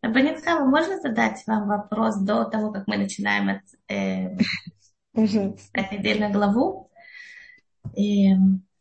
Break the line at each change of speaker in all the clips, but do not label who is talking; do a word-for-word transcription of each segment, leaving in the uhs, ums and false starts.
Баницкава, можно задать вам вопрос до того, как мы начинаем от, э,
Пожалуйста.
эту недельную главу? И,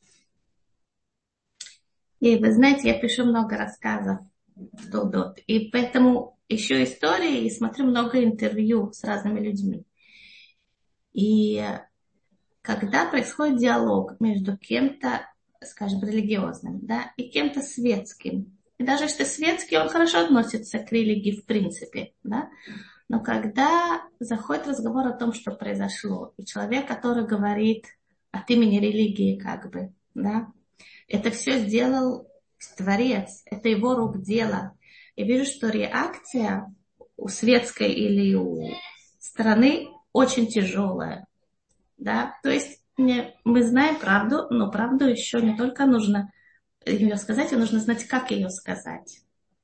и вы знаете, я пишу много рассказов в Толдот, и поэтому ищу истории и смотрю много интервью с разными людьми. И когда происходит диалог между кем-то, скажем, религиозным, да, и кем-то светским, и даже если светский, он хорошо относится к религии в принципе, да, но когда заходит разговор о том, что произошло, и человек, который говорит от имени религии, как бы, да, это все сделал Творец, это его рук дело. Я вижу, что реакция у светской или у страны очень тяжелая, да, то есть не, мы знаем правду, но правду еще не только нужно ее сказать, а нужно знать, как ее сказать.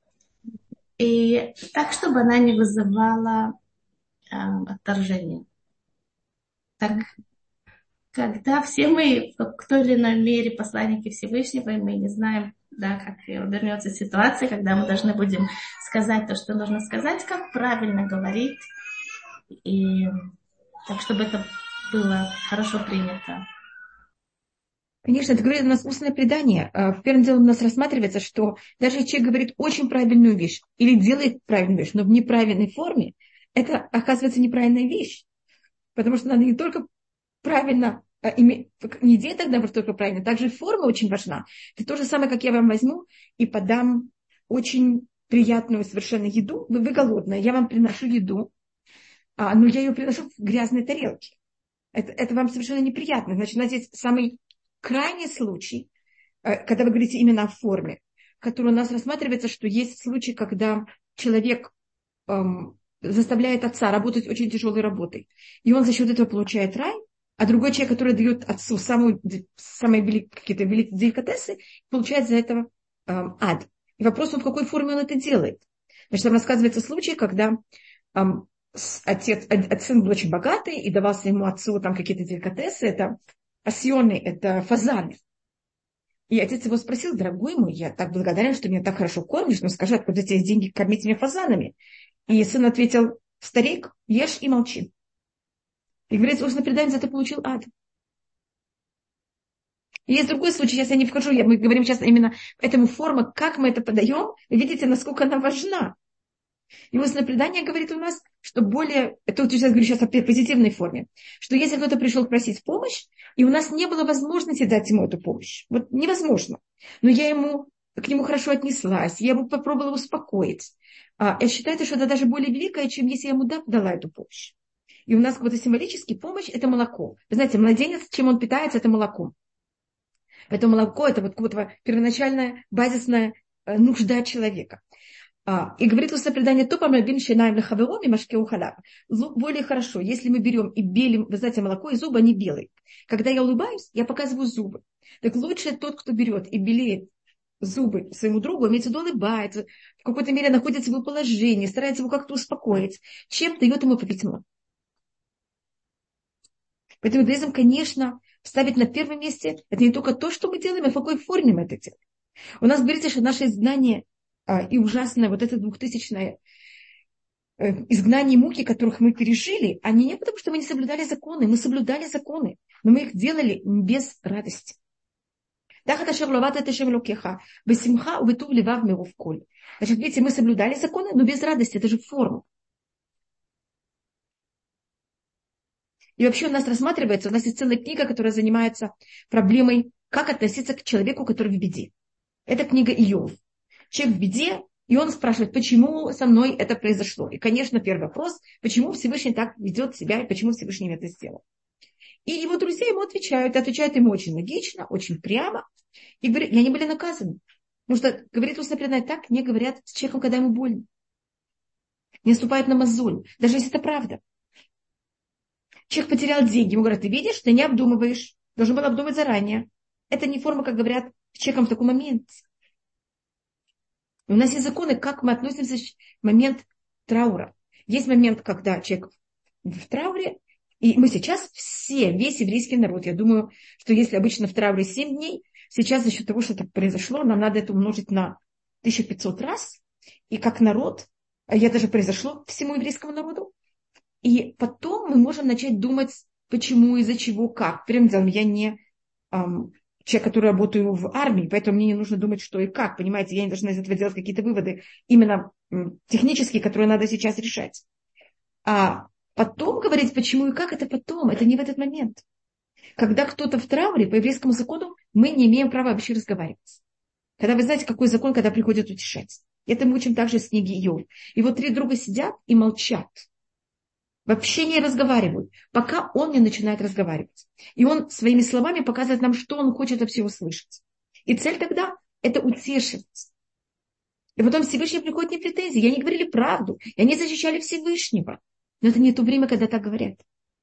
И так, чтобы она не вызывала э, отторжения. Так, когда все мы в той или иной мере посланники Всевышнего, и мы не знаем, да, как вернется ситуация, когда мы должны будем сказать то, что нужно сказать, как правильно говорить, и так, чтобы это было хорошо принято.
Конечно, это говорит у нас устное предание. А, Первым делом у нас рассматривается, что даже если человек говорит очень правильную вещь или делает правильную вещь, но в неправильной форме, это оказывается неправильная вещь. Потому что надо не только правильно, а, име- не идея тогда быть только правильно, также форма очень важна. Это то же самое, как я вам возьму и подам очень приятную совершенно еду. Вы, вы голодная, я вам приношу еду, а, но я ее приношу в грязной тарелке. Это, это вам совершенно неприятно. Значит, у нас есть самый крайний случай, э, когда вы говорите именно о форме, который у нас рассматривается, что есть случай, когда человек эм, заставляет отца работать очень тяжелой работой, и он за счет этого получает рай, а другой человек, который дает отцу самую, самые велик, какие-то великие деликатесы, получает за это эм, ад. И вопрос, в какой форме он это делает. Значит, там рассказывается случай, когда эм, отец, сын был очень богатый и давал своему отцу там какие-то деликатесы, это осьоны, это фазаны. И отец его спросил: дорогой мой, я так благодарен, что меня так хорошо кормишь, но скажи, откуда тебе деньги кормить меня фазанами? И сын ответил: старик, ешь и молчи. И говорит, устно предание, за это получил ад. И есть другой случай, сейчас я не вхожу, я, мы говорим сейчас именно этому форма, как мы это подаем, вы видите, насколько она важна. И устное предание говорит у нас, что более, это вот я сейчас говорю сейчас о позитивной форме, что если кто-то пришел просить помощь, и у нас не было возможности дать ему эту помощь, вот невозможно, но я ему, к нему хорошо отнеслась, я ему попробовала успокоить, а, я считаю, что это даже более великое, чем если я ему дала эту помощь. И у нас как будто символически помощь – это молоко. Вы знаете, младенец, чем он питается, это молоком. Поэтому молоко – это вот как будто первоначальная базисная нужда человека. А, и говорит устное предание, то помрабин шинаем лехавером и машкеу халаб. Зуб более хорошо, если мы берем и белим, вы знаете, молоко, и зубы, они белые. Когда я улыбаюсь, я показываю зубы. Так лучше тот, кто берет и белеет зубы своему другу, имеется в виду, улыбается, в какой-то мере находится в его положении, старается его как-то успокоить, чем дает ему попить молоко. Поэтому иудаизм, конечно, ставить на первом месте, это не только то, что мы делаем, а в какой форме мы это делаем. У нас говорится, что наше изгнание а, и ужасное вот это двухтысячное э, изгнание и муки, которых мы пережили, они не потому, что мы не соблюдали законы, мы соблюдали законы, но мы их делали без радости. Значит, видите, мы соблюдали законы, но без радости, это же форма. И вообще у нас рассматривается, у нас есть целая книга, которая занимается проблемой, как относиться к человеку, который в беде. Это книга Иов. Человек в беде, и он спрашивает, почему со мной это произошло. И, конечно, первый вопрос, почему Всевышний так ведет себя, и почему Всевышний это сделал. И его друзья ему отвечают, отвечают ему очень логично, очень прямо, и говорят, и они были наказаны. Потому что, говорит устное предание, так не говорят с человеком, когда ему больно. Не наступают на мозоль, даже если это правда. Человек потерял деньги, ему говорят, ты видишь, ты не обдумываешь, должен был обдумать заранее. Это не форма, как говорят с человеком в такой момент. У нас есть законы, как мы относимся в момент траура. Есть момент, когда человек в трауре, и мы сейчас все, весь еврейский народ, я думаю, что если обычно в трауре семь дней, сейчас за счет того, что это произошло, нам надо это умножить на тысячу пятьсот раз, и как народ И это же произошло всему еврейскому народу. И потом мы можем начать думать, почему, из-за чего, как. Первым делом, я не эм, человек, который работаю в армии, поэтому мне не нужно думать, что и как. Понимаете, я не должна из этого делать какие-то выводы именно м, технические, которые надо сейчас решать. А потом говорить, почему и как, это потом, это не в этот момент. Когда кто-то в трауре, по еврейскому закону, мы не имеем права вообще разговаривать. Когда вы знаете, какой закон, когда приходят утешать. Это мы учим также с книги Иов. И вот три друга сидят и молчат. Вообще не разговаривают, пока он не начинает разговаривать. И он своими словами показывает нам, что он хочет от всего слышать. И цель тогда – это утешить. И потом Всевышний приходит не претензии. Я не говорили правду, и они защищали Всевышнего. Но это не то время, когда так говорят.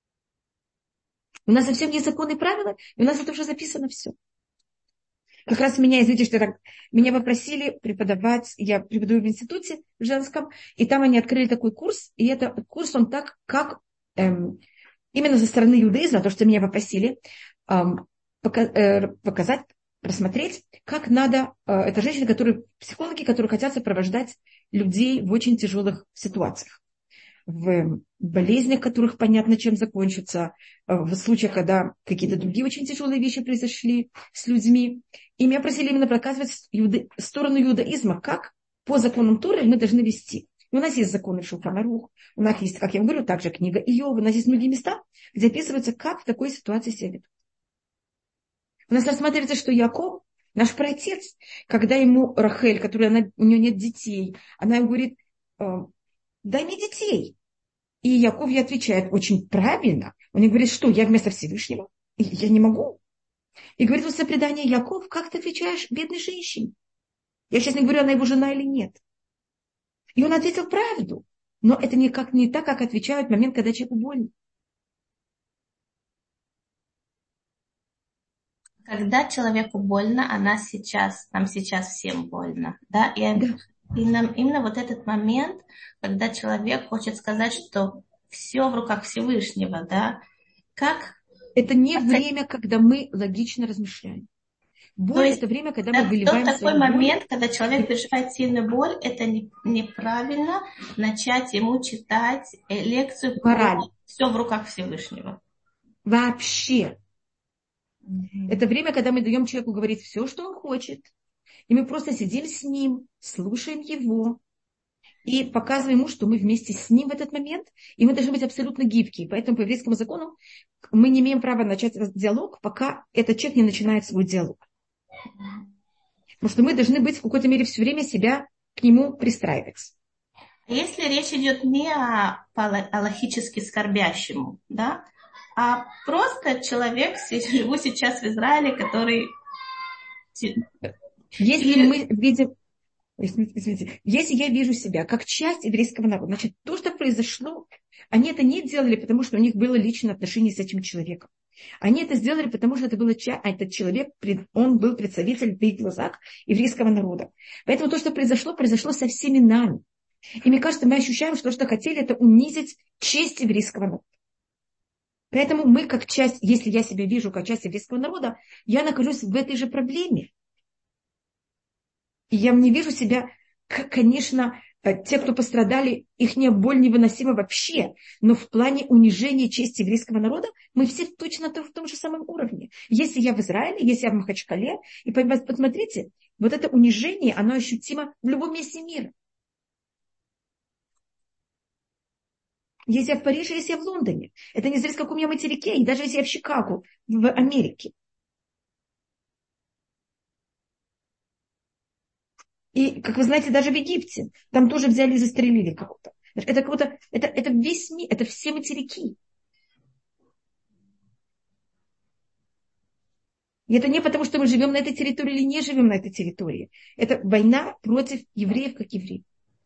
У нас совсем есть законы и правила, и у нас это уже записано все. Как раз меня, извините, что так, меня попросили преподавать, я преподаю в институте в женском, и там они открыли такой курс, и этот курс, он так, как эм, именно со стороны иудаизма, то, что меня попросили, эм, пока, э, показать, просмотреть, как надо, э, это женщины, которые, психологи, которые хотят сопровождать людей в очень тяжелых ситуациях. В болезнях, которых понятно, чем закончится, в случаях, когда какие-то другие очень тяжелые вещи произошли с людьми. И меня просили именно показывать иуда... сторону иудаизма, как по законам Торы мы должны вести. И у нас есть законы Шулхан Арух, у нас есть, как я вам говорю, также книга Иова, у нас есть многие места, где описывается, как в такой ситуации себя ведут. У нас рассматривается, что Яков, наш праотец, когда ему Рахель, которая она, у нее нет детей, она ему говорит, дай мне детей. И Яков ей отвечает очень правильно. Он ей говорит, что я вместо Всевышнего? Я не могу. И говорит вот предание, Яков, как ты отвечаешь бедной женщине? Я сейчас не говорю, она его жена или нет. И он ответил правду. Но это никак не так, как отвечают в момент, когда человеку больно.
Когда человеку больно, она сейчас, нам сейчас всем больно. Да? И,
Да.
и нам именно вот этот момент, когда человек хочет сказать, что все в руках Всевышнего, да, как...
Это не время, когда мы логично размышляем. Боль – это время, когда мы выливаем
тот такой
свою боль.
момент, когда человек переживает сильную боль, это не, неправильно начать ему читать лекцию
Мораль.
«Все в руках Всевышнего».
Вообще. Mm-hmm. Это время, когда мы даем человеку говорить все, что он хочет. И мы просто сидим с ним, слушаем его и показываем ему, что мы вместе с ним в этот момент, и мы должны быть абсолютно гибкие. Поэтому по еврейскому закону мы не имеем права начать диалог, пока этот человек не начинает свой диалог. Потому что мы должны быть в какой-то мере все время себя к нему пристраивать.
Если речь идет не о алахически скорбящему, да, а просто человек, живу сейчас в Израиле, который...
Если мы видим... Извините, если я вижу себя как часть еврейского народа, значит, то, что произошло, они это не делали, потому что у них было личное отношение с этим человеком. Они это сделали, потому что это был, этот человек, он был представитель в их глазах еврейского народа. Поэтому то, что произошло, произошло со всеми нами. И мне кажется, мы ощущаем, что то, что хотели, это унизить честь еврейского народа. Поэтому мы, как часть, если я себя вижу как часть еврейского народа, я нахожусь в этой же проблеме. И я не вижу себя, как, конечно, те, кто пострадали, их боль невыносима вообще. Но в плане унижения чести еврейского народа мы все точно в том же самом уровне. Если я в Израиле, если я в Махачкале, и посмотрите, вот это унижение, оно ощутимо в любом месте мира. Если я в Париже, если я в Лондоне. Это не зависит, в каком я материке, и даже если я в Чикаго, в Америке. И, как вы знаете, даже в Египте, там тоже взяли и застрелили кого-то. Это кого-то, это, это весь мир, это все материки. И это не потому, что мы живем на этой территории или не живем на этой территории. Это война против евреев, как евреев.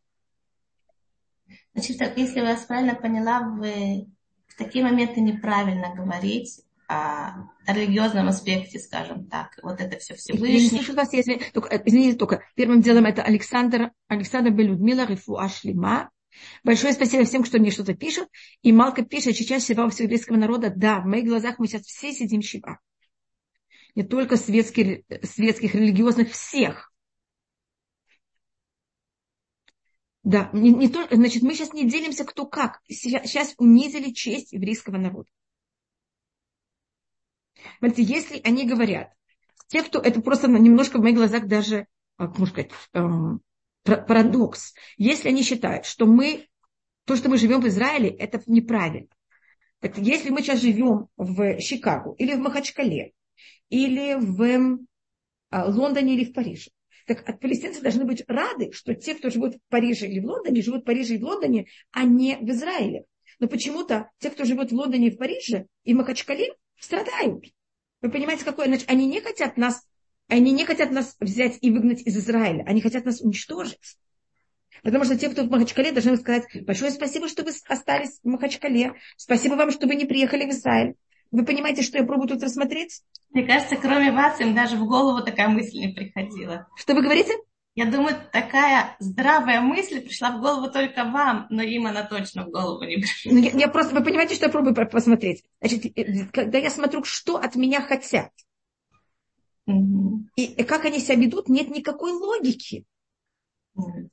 Значит, так, если я вас правильно поняла, вы в такие моменты неправильно говорить о религиозном аспекте, скажем так. Вот это все Всевышний.
Я не слышу вас, если... только, извините, только первым делом это Александр, Александр Белюдмила, Рифуа Шлима. Большое спасибо всем, кто мне что-то пишет. И Малка пишет, сейчас Шива у всего еврейского народа. Да, в моих глазах мы сейчас все сидим Шива. Не только светских, светских, религиозных, всех. Да, не, не то, значит, мы сейчас не делимся кто как. Сейчас унизили честь еврейского народа. Смотрите, если они говорят, те, кто, это просто немножко в моих глазах даже, как можно сказать, эм, парадокс. Если они считают, что мы, то, что мы живем в Израиле, это неправильно. Это если мы сейчас живем в Чикаго или в Махачкале, или в а, Лондоне или в Париже, так от палестинцы должны быть рады, что те, кто живут в Париже или в Лондоне, живут в Париже и в Лондоне, а не в Израиле. Но почему-то те, кто живет в Лондоне и в Париже, и в Махачкале, страдают. Вы понимаете, какое? Значит, они не хотят нас, они не хотят нас взять и выгнать из Израиля. Они хотят нас уничтожить. Потому что те, кто в Махачкале, должны сказать: большое спасибо, что вы остались в Махачкале. Спасибо вам, что вы не приехали в Израиль. Вы понимаете, что я пробую тут рассмотреть?
Мне кажется, кроме вас, им даже в голову такая мысль не приходила.
Что вы говорите?
Я думаю, такая здравая мысль пришла в голову только вам, но им она точно в голову не пришла.
Ну, я, я просто, вы понимаете, что я пробую посмотреть? Значит, когда я смотрю, что от меня хотят,
Mm-hmm.
и, и как они себя ведут, нет никакой логики.
Mm-hmm.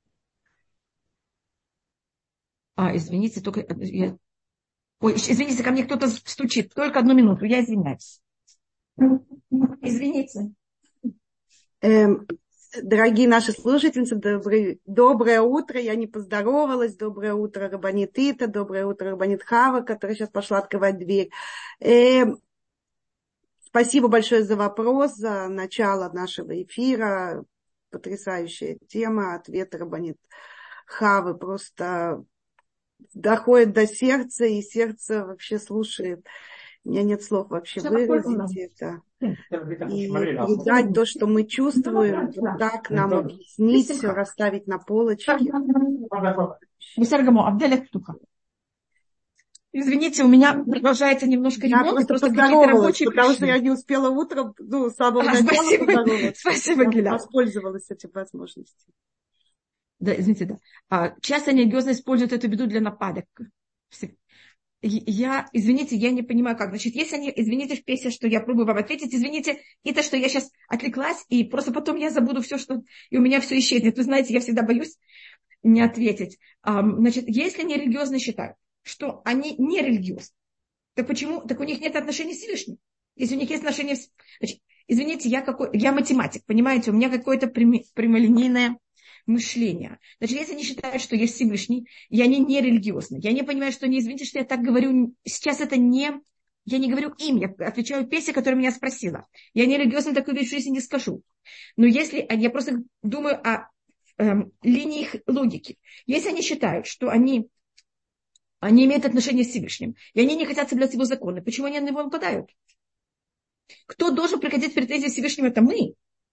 А, извините, только... Я... Ой, извините, ко мне кто-то стучит. Только одну минуту, я извиняюсь. Извините.
Эм, дорогие наши слушательницы, добрый, доброе утро. Я не поздоровалась. Доброе утро, Рабанит Ита. Доброе утро, Рабанит Хава, которая сейчас пошла открывать дверь. Эм, спасибо большое за вопрос, за начало нашего эфира. Потрясающая тема. Ответ Рабанит Хавы просто доходит до сердца, и сердце вообще слушает. У меня нет слов вообще выразить это. И передать то, что мы чувствуем, вот так нам объяснить, все расставить на полочке.
Извините, у меня продолжается немножко ремонт.
Я просто,
просто
поздоровалась, потому что я не успела утром, ну, с самого
а,
начала
спасибо,
поздороваться.
Спасибо, Гиля.
Воспользовалась этим возможностью.
Да, извините, да. А, часто религиозно используют эту беду для нападок. Я, извините, я не понимаю, как. Значит, если они, извините в песне, что я пробую вам ответить, извините, и то, что я сейчас отвлеклась, и просто потом я забуду все, что... И у меня все исчезнет. Вы знаете, я всегда боюсь не ответить. А, значит, если они религиозно считают, что они не религиозны, так почему? Так у них нет отношений с Всевышним. Если у них есть отношения... С... Значит, извините, я, какой, я математик, понимаете, у меня какое-то прямолинейное мышления. Значит, если они считают, что есть Всевышний, и они не религиозны, я не понимаю, что они, извините, что я так говорю, сейчас это не, я не говорю им, я отвечаю Песе, которая меня спросила. Я не религиозна, такую вещь в жизни не скажу. Но если, я просто думаю о эм, линии их логики. Если они считают, что они, они имеют отношение с Всевышним, и они не хотят соблюдать его законы, почему они на него нападают? Кто должен приходить в претензии Всевышнему? Это мы.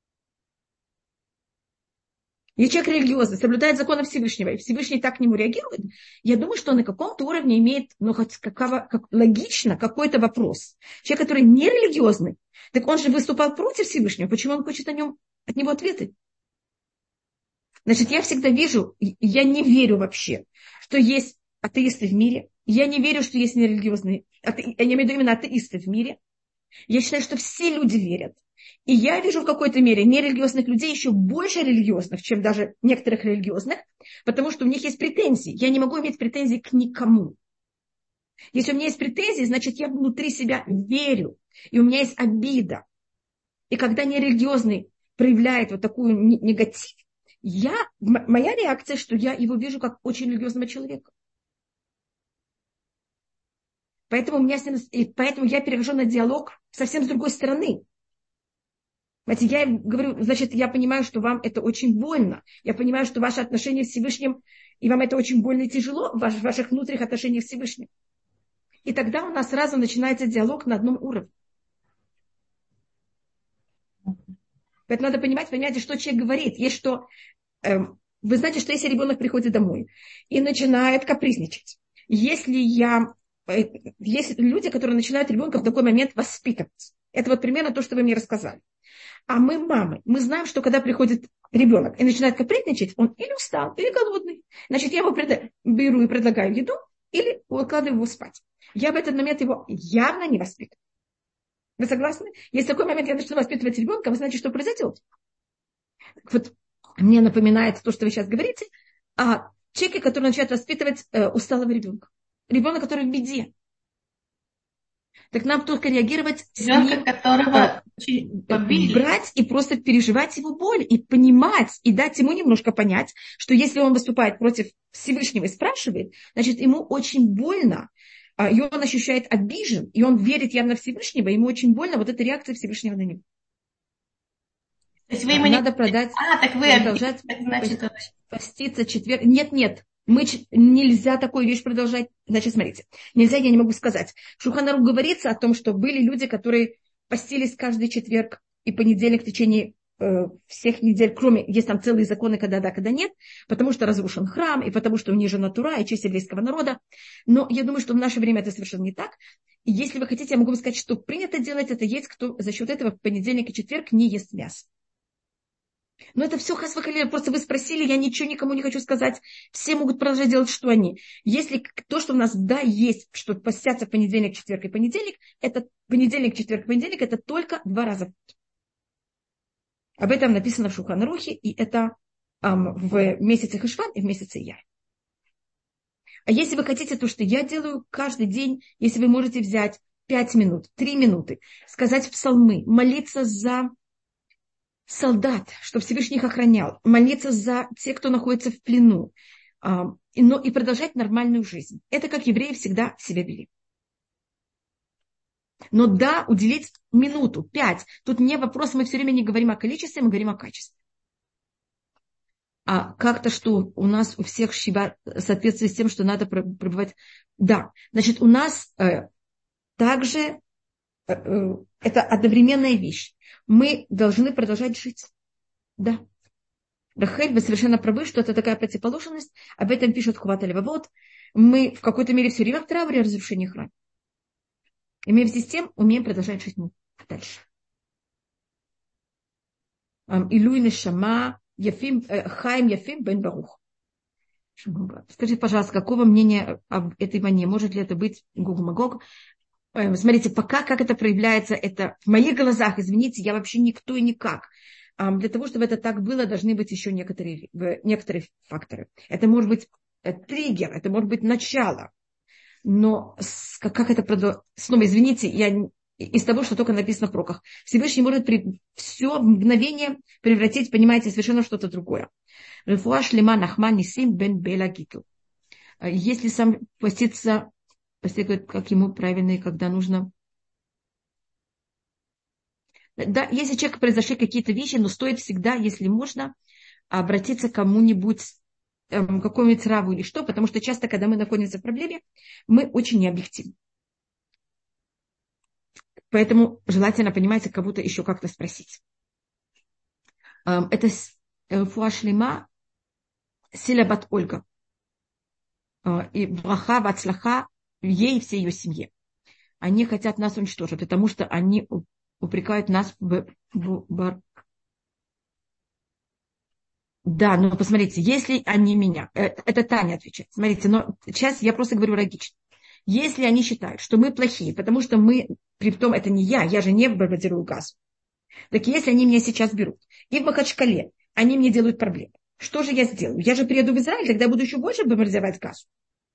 Если человек религиозный, соблюдает законы Всевышнего, и Всевышний так к нему реагирует, я думаю, что он на каком-то уровне имеет, ну, хоть какого, как, логично какой-то вопрос. Человек, который не религиозный, так он же выступал против Всевышнего, почему он хочет о нем, от него ответы? Значит, я всегда вижу, я не верю вообще, что есть атеисты в мире, я не верю, что есть нерелигиозные, я имею в виду именно атеисты в мире. Я считаю, что все люди верят. И я вижу в какой-то мере нерелигиозных людей еще больше религиозных, чем даже некоторых религиозных, потому что у них есть претензии. Я не могу иметь претензий к никому. Если у меня есть претензии, значит, я внутри себя верю. И у меня есть обида. И когда нерелигиозный проявляет вот такую негатив, я, моя реакция, что я его вижу как очень религиозного человека. Поэтому, у меня, поэтому я перехожу на диалог совсем с другой стороны. Знаете, я говорю, значит, я понимаю, что вам это очень больно. Я понимаю, что ваши отношения с Всевышним, и вам это очень больно и тяжело в ваших внутренних отношениях с Всевышним. И тогда у нас сразу начинается диалог на одном уровне. Поэтому надо понимать, понимаете, что человек говорит. Есть что, э, вы знаете, что если ребенок приходит домой и начинает капризничать, если я, э, есть люди, которые начинают ребенка в такой момент воспитывать. Это вот примерно то, что вы мне рассказали. А мы, мамы, мы знаем, что когда приходит ребенок и начинает капризничать, он или устал, или голодный. Значит, я его пред... беру и предлагаю еду, или укладываю его спать. Я в этот момент его явно не воспитываю. Вы согласны? Если в такой момент я начну воспитывать ребенка, вы знаете, что произойдет? Вот мне напоминает то, что вы сейчас говорите. а человека, который начинает воспитывать э, усталого ребенка. Ребенок, который в беде. Так нам только реагировать с
Ребенка,
ним,
которого
э,
побили.
брать и просто переживать его боль, и понимать, и дать ему немножко понять, что если он выступает против Всевышнего и спрашивает, значит, ему очень больно, э, и он ощущает обижен, и он верит явно в Всевышнего, ему очень больно вот эта реакция Всевышнего на него.
То есть вы ему не...
Надо продать,
А, так вы
продолжать
обидели, значит, это...
поститься четверг. Нет, нет, мы, нельзя такую вещь продолжать. Значит, смотрите, нельзя, я не могу сказать. В Шулхан Арух говорится о том, что были люди, которые постились каждый четверг и понедельник в течение э, всех недель, кроме, есть там целые законы, когда да, когда нет, потому что разрушен храм, и потому что унижена Тура и честь еврейского народа. Но я думаю, что в наше время это совершенно не так. И если вы хотите, я могу вам сказать, что принято делать это, есть кто за счет этого в понедельник и четверг не ест мясо. Но это все хас-вахалиля, просто вы спросили, я ничего никому не хочу сказать. Все могут продолжать делать, что они. Если то, что у нас, да, есть, что постятся в понедельник, четверг и понедельник, это понедельник, четверг, понедельник, это только два раза. Об этом написано в Шулхан Арухе, и это эм, в месяце Хешван и в месяце Яр. А если вы хотите то, что я делаю каждый день, если вы можете взять пять минут, три минуты, сказать псалмы, молиться за солдат, чтобы Всевышний их охранял, молиться за тех, кто находится в плену, но и продолжать нормальную жизнь. Это как евреи всегда себя вели. Но да, уделить минуту, пять. Тут не вопрос, мы все время не говорим о количестве, мы говорим о качестве. А как-то, что у нас у всех шива соответствует с тем, что надо пребывать. Да, значит, у нас э, также э, э, это одновременная вещь. Мы должны продолжать жить. Да. Рахель, вы совершенно правы, что это такая противоположность. Об этом пишет Хуват Левавот. Мы в какой-то мере все время в трауре о разрушении храма. И мы вместе с тем умеем продолжать жить дальше. Илуй нешама Яфим, Хаим Яфим бен Барух. Скажите, пожалуйста, какого мнения об этой войне? Может ли это быть Гог-Магог? Смотрите, пока как это проявляется, это в моих глазах, извините, я вообще никто и никак. Для того, чтобы это так было, должны быть еще некоторые, некоторые факторы. Это может быть триггер, это может быть начало. Но как это продолжается? Снова, извините, я из того, что только написано в пророках. Всевышний может при... все в мгновение превратить, понимаете, совершенно что-то другое. Рефуа шлема нахман нисим бен бела гитл. Если сам поститься, постигает, как ему правильно и когда нужно. Да, если у человека произошли какие-то вещи, но стоит всегда, если можно, обратиться к кому-нибудь, эм, какому-нибудь раву или что, потому что часто, когда мы находимся в проблеме, мы очень необъективны. Поэтому желательно, понимаете, кого-то еще как-то спросить. Эм, это фуашлима силабат Ольга. Э, и браха вацлаха ей и всей ее семье. Они хотят нас уничтожить, потому что они упрекают нас в, в, в... Да, но посмотрите, если они меня... Это, это Таня отвечает. Смотрите, но сейчас я просто говорю логично. Если они считают, что мы плохие, потому что мы... Притом это не я, я же не бомбардирую газ. Так если они меня сейчас берут, и в Махачкале они мне делают проблемы, что же я сделаю? Я же приеду в Израиль, тогда буду еще больше бомбардировать газ.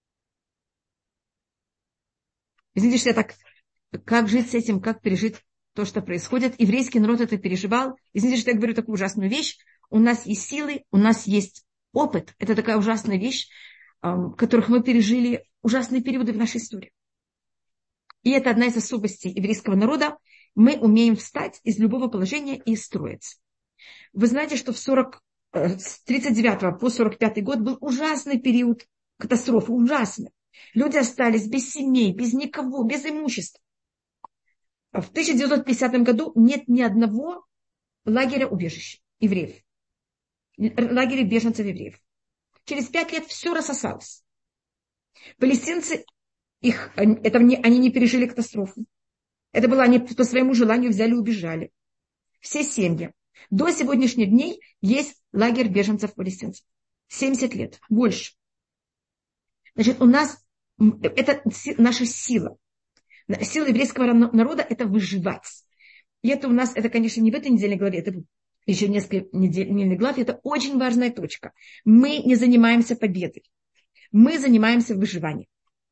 Извините, что я так... Как жить с этим, как пережить то, что происходит. Еврейский народ это переживал. Извините, что я говорю такую ужасную вещь. У нас есть силы, у нас есть опыт. Это такая ужасная вещь, в которых мы пережили ужасные периоды в нашей истории. И это одна из особостей еврейского народа. Мы умеем встать из любого положения и строиться. Вы знаете, что в сорок, с тридцать девятого по сорок пятый год был ужасный период катастрофы. Ужасный. Люди остались без семей, без никого, без имущества. В тысяча девятьсот пятидесятом году нет ни одного лагеря убежища евреев. Лагеря беженцев евреев. Через пять лет все рассосалось. Палестинцы, их, это, они не пережили катастрофу. Это было, они по своему желанию взяли и убежали. Все семьи. До сегодняшних дней есть лагерь беженцев палестинцев. семьдесят лет, больше. Значит, у нас, это наша сила. Сила еврейского народа – это выживать. И это у нас, это, конечно, не в этой недельной главе, это еще несколько недельных глав, это очень важная точка. Мы не занимаемся победой. Мы занимаемся выживанием.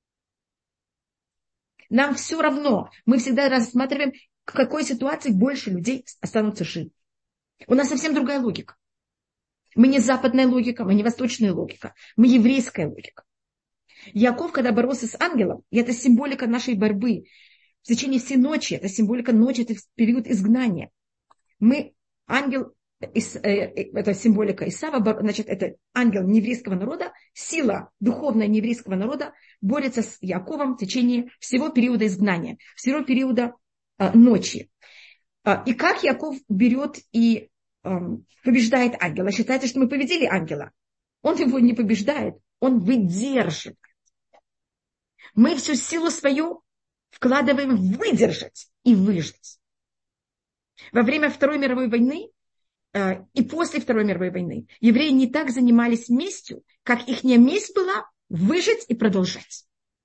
Нам все равно. Мы всегда рассматриваем, в какой ситуации больше людей останутся живы. У нас совсем другая логика. Мы не западная логика, мы не восточная логика. Мы еврейская логика. Яков, когда боролся с ангелом, и это символика нашей борьбы в течение всей ночи, это символика ночи, это период изгнания. Мы, ангел, это символика Исава, значит, это ангел нееврейского народа, сила духовная нееврейского народа борется с Яковом в течение всего периода изгнания, всего периода э, ночи. И как Яков берет и э, побеждает ангела? Считается, что мы победили ангела. Он его не побеждает, он выдерживает. Мы всю силу свою вкладываем в выдержать и выжить. Во время Второй мировой войны э, и после Второй мировой войны евреи не так занимались местью, как их месть была выжить и продолжать.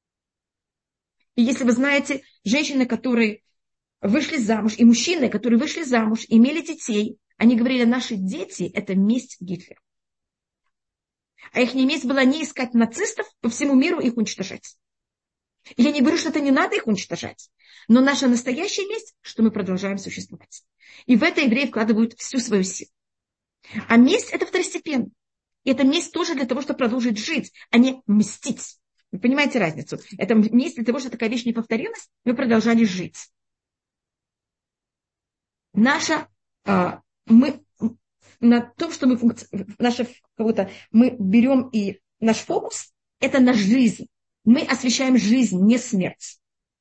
И если вы знаете, женщины, которые вышли замуж, и мужчины, которые вышли замуж, имели детей, они говорили, наши дети – это месть Гитлера. А их месть была не искать нацистов по всему миру, их уничтожать. И я не говорю, что это не надо их уничтожать. Но наша настоящая месть, что мы продолжаем существовать. И в это евреи вкладывают всю свою силу. А месть – это второстепенно. И эта месть тоже для того, чтобы продолжить жить, а не мстить. Вы понимаете разницу? Это месть для того, что такая вещь не повторилась, мы продолжали жить. Наша, а, мы, на том, что мы, функци... наша, кого-то, мы берем и наш фокус, это на жизнь. Мы освещаем жизнь, не смерть.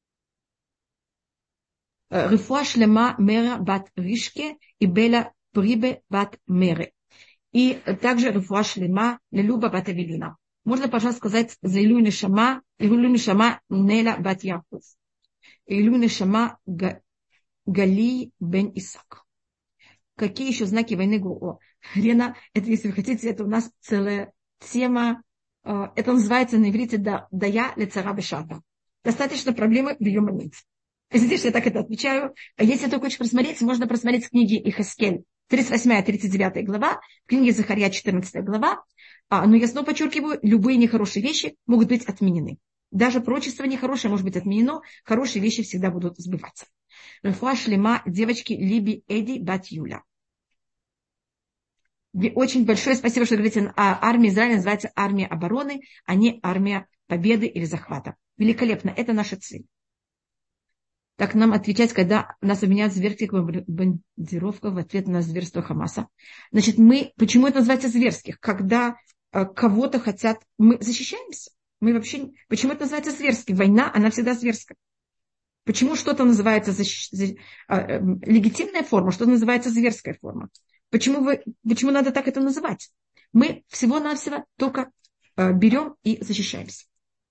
Рифуа шлема мера бат ришке и бела прибе бат мере. И также рифуа шлема лелуба бат авелина. Можно, пожалуйста, сказать за Илю нешама, Илю нешама Нела бат Яков. Илю нешама Гали бен Исак. Какие еще знаки войны Гуо? Рена, это, если вы хотите, это у нас целая тема. Это называется на иврите «Дая лецара бешата». Достаточно проблемы в ее момент. Здесь я так это отвечаю. Если ты хочешь просмотреть, можно просмотреть книги Ихаскель, тридцать восьмая тридцать девятая глава, книги Захарья, четырнадцатая глава. Но я снова подчеркиваю, любые нехорошие вещи могут быть отменены. Даже пророчество нехорошее может быть отменено, хорошие вещи всегда будут сбываться. Рефуа шлема девочки Либи Эди бат Юля. Очень большое спасибо, что говорите, а армия Израиля называется армия обороны, а не армия победы или захвата. Великолепно, это наша цель. Так нам отвечать, когда нас обвиняют в зверских бомбардировках в ответ на зверство Хамаса. Значит, мы, почему это называется зверских? Когда э, кого-то хотят, мы защищаемся. Мы вообще, почему это называется зверским? Война, она всегда зверская. Почему что-то называется защ... э, э, легитимная форма, что-то называется зверская форма? Почему, вы, почему надо так это называть? Мы всего-навсего только э, берем и защищаемся.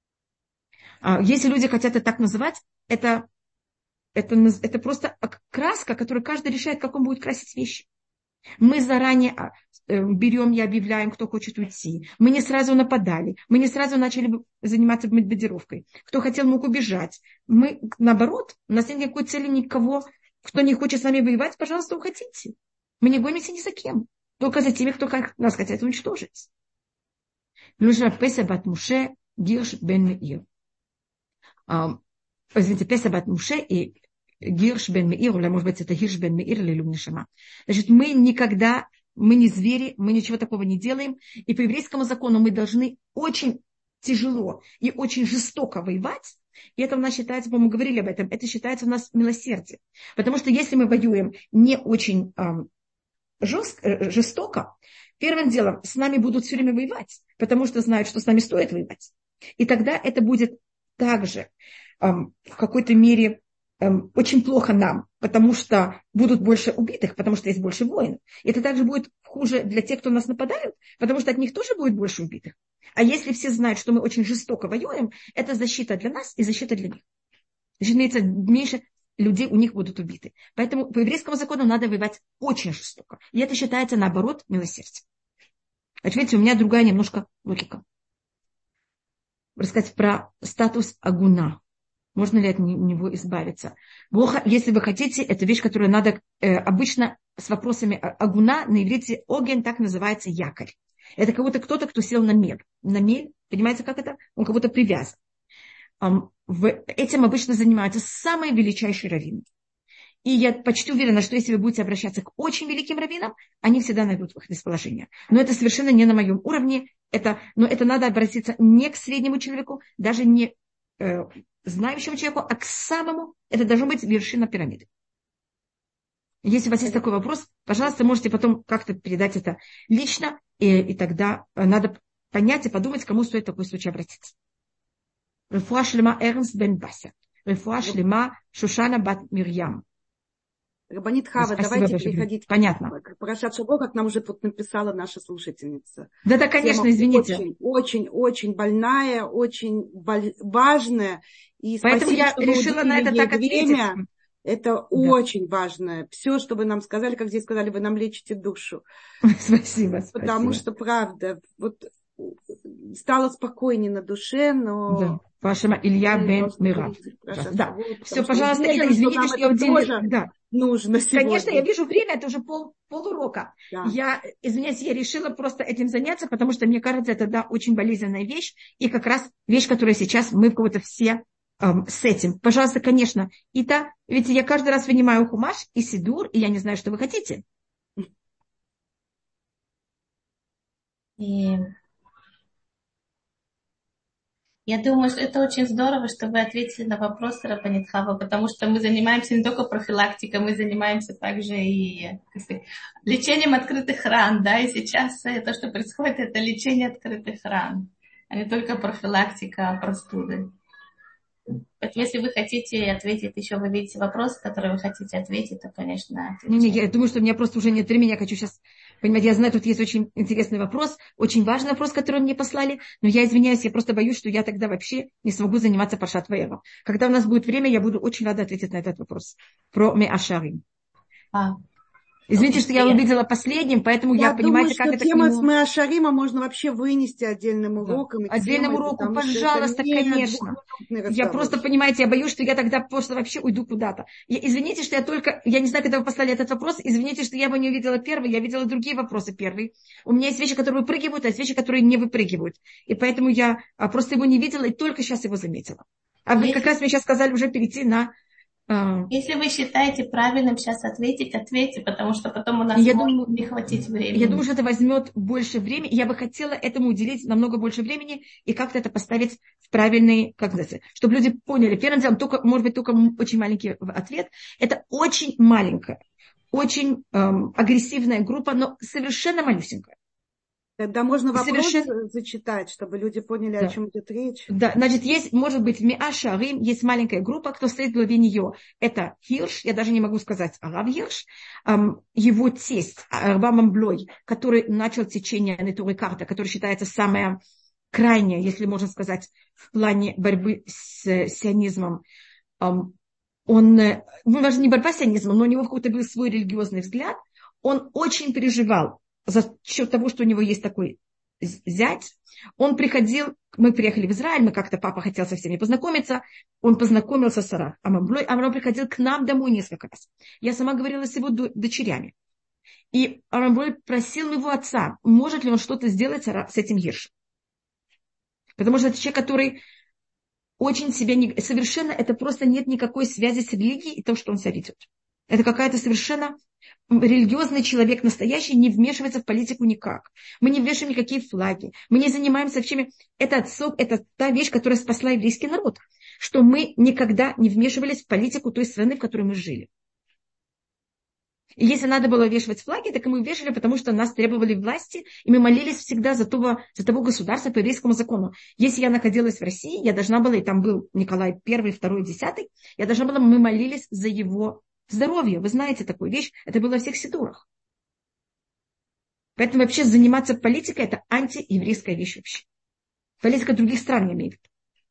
А если люди хотят это так называть, это, это, это просто краска, которую каждый решает, как он будет красить вещи. Мы заранее э, берем и объявляем, кто хочет уйти. Мы не сразу нападали. Мы не сразу начали заниматься бомбардировкой. Кто хотел, мог убежать. Мы, наоборот, у нас нет никакой цели никого. Кто не хочет с нами воевать, пожалуйста, уходите. Мы не гонимся ни за кем. Только за теми, кто нас хотят уничтожить. Нужно Песа бат Муше Гирш бен Меир. Извините, Песа бат Муше и Гирш бен Меир, или, может быть, это Гирш бен Меир или Илю нешама. Значит, мы никогда, мы не звери, мы ничего такого не делаем. И по еврейскому закону мы должны очень тяжело и очень жестоко воевать. И это у нас считается, по-моему, говорили об этом, это считается у нас милосердие. Потому что если мы воюем не очень Жестко, жестоко, первым делом с нами будут все время воевать, потому что знают, что с нами стоит воевать. И тогда это будет также эм, в какой-то мере эм, очень плохо нам, потому что будут больше убитых, потому что есть больше войн. И это также будет хуже для тех, кто нас нападают, потому что от них тоже будет больше убитых. А если все знают, что мы очень жестоко воюем, это защита для нас и защита для них. Значит, имеется меньше людей у них будут убиты. Поэтому по еврейскому закону надо воевать очень жестоко. И это считается, наоборот, милосердием. Значит, видите, у меня другая немножко логика. Рассказать про статус агуна. Можно ли от него избавиться? Плохо, если вы хотите, это вещь, которую надо э, обычно с вопросами агуна, на иврите оген так называется якорь. Это как будто кто-то, кто сел на мель. На мель, понимаете, как это? Он как будто привязан. Этим обычно занимаются самые величайшие раввины. И я почти уверена, что если вы будете обращаться к очень великим раввинам, они всегда найдут выход из положения. Но это совершенно не на моем уровне. Это, но это надо обратиться не к среднему человеку, даже не э, знающему человеку, а к самому. Это должно быть вершина пирамиды. Если у вас есть такой вопрос, пожалуйста, можете потом как-то передать это лично, и, и тогда надо понять и подумать, кому стоит в такой случай обратиться. Рефуа шлема Эрнст бен Бася. Рефуа шлема Шушана бат Мирьям.
Рабанит Хава,
Спасибо
давайте
большое.
переходить
Понятно.
к Парашат Шабо, как нам уже тут написала наша слушательница.
Да-да, конечно,
Тема
извините.
Очень, очень, очень больная, очень боль... важная. И
поэтому
спасибо,
я
что
решила на это так ответить.
Время. Это
да.
очень важно. Все, что вы нам сказали, как здесь сказали, вы нам лечите душу.
Спасибо,
Потому
спасибо.
что, правда, вот стало спокойнее на душе, но...
Да. Ваша Илья бен Мирав. Да. Все, пожалуйста,
верим,
извините, что, что я уделила. Да.
Нужно сегодня.
Конечно, я вижу время, это уже пол, полурока. Да. Я, извиняюсь, я решила просто этим заняться, потому что, мне кажется, это, да, очень болезненная вещь, и как раз вещь, которая сейчас мы кого-то все эм, с этим. Пожалуйста, конечно. И да, ведь я каждый раз вынимаю хумаш и сидур, и я не знаю, что вы хотите.
И... Я думаю, что это очень здорово, что вы ответили на вопросы Рабанит Хава, потому что мы занимаемся не только профилактикой, мы занимаемся также и сказать, лечением открытых ран, да, и сейчас то, что происходит, это лечение открытых ран, а не только профилактика простуды. Поэтому, если вы хотите ответить, еще вы видите вопросы, которые вы хотите ответить, то, конечно, отвечайте.
Не, не, я думаю, что у меня просто уже нет времени, я хочу сейчас... Понимаете, я знаю, тут есть очень интересный вопрос, очень важный вопрос, который мне послали, но я извиняюсь, я просто боюсь, что я тогда вообще не смогу заниматься Паршат Ваэва. Когда у нас будет время, я буду очень рада ответить на этот вопрос. Про Меашарим.
А.
Извините, что я увидела последним, поэтому я, я понимаете,
думаю,
как это
тема
к нему...
с Меашарима можно вообще вынести отдельным уроком.
Да. Отдельным уроком, пожалуйста, конечно. Я просто, понимаете, я боюсь, что я тогда просто вообще уйду куда-то. Я, извините, что я только... Я не знаю, когда вы послали этот вопрос, извините, что я его не увидела первый, я видела другие вопросы первые. У меня есть вещи, которые выпрыгивают, а есть вещи, которые не выпрыгивают. И поэтому я просто его не видела и только сейчас его заметила. А вы как раз мне сейчас сказали уже перейти на...
Если вы считаете правильным сейчас ответить, ответьте, потому что потом у нас
я
может
думаю,
не хватить времени.
Я думаю, что это возьмет больше времени. Я бы хотела этому уделить намного больше времени и как-то это поставить в правильный, как называется, чтобы люди поняли. Первым делом, только, может быть, только очень маленький ответ. Это очень маленькая, очень эм, агрессивная группа, но совершенно малюсенькая.
Тогда можно вопрос
совершенно...
зачитать, чтобы люди поняли, да. О чем идет речь.
Да, значит, есть, может быть, Меашарим, есть маленькая группа, кто стоит в главе нее. Это Хирш, я даже не могу сказать Арав Хирш, эм, его тесть Арба Мамблой, который начал течение Нетуры Карта, который считается самое крайнее, если можно сказать, в плане борьбы с сионизмом. Эм, он, ну, даже не борьба с сионизмом, но у него какой-то был свой религиозный взгляд. Он очень переживал за счет того, что у него есть такой зять. Он приходил, мы приехали в Израиль, мы как-то, папа хотел со всеми познакомиться, он познакомился с Арав Амамблой, Амамблой приходил к нам домой несколько раз. Я сама говорила с его дочерями. И Амамблой просил его отца, может ли он что-то сделать с этим Хиршем. Потому что это человек, который очень себя не... Совершенно, это просто нет никакой связи с религией и то, что он себя ведет. Это какая-то совершенно... Религиозный человек настоящий не вмешивается в политику никак. Мы не вешаем никакие флаги. Мы не занимаемся всеми. Это, отцов, это та вещь, которая спасла еврейский народ. Что мы никогда не вмешивались в политику той страны, в которой мы жили. И если надо было вешать флаги, так и мы вешали, потому что нас требовали власти, и мы молились всегда за того, за того государства по еврейскому закону. Если я находилась в России, я должна была, и там был Николай Первый, Второй, Десятый, я должна была, мы молились за его здоровье. Вы знаете такую вещь, это было во всех сидурах. Поэтому вообще заниматься политикой – это антиеврейская вещь вообще. Политика других стран не имеет.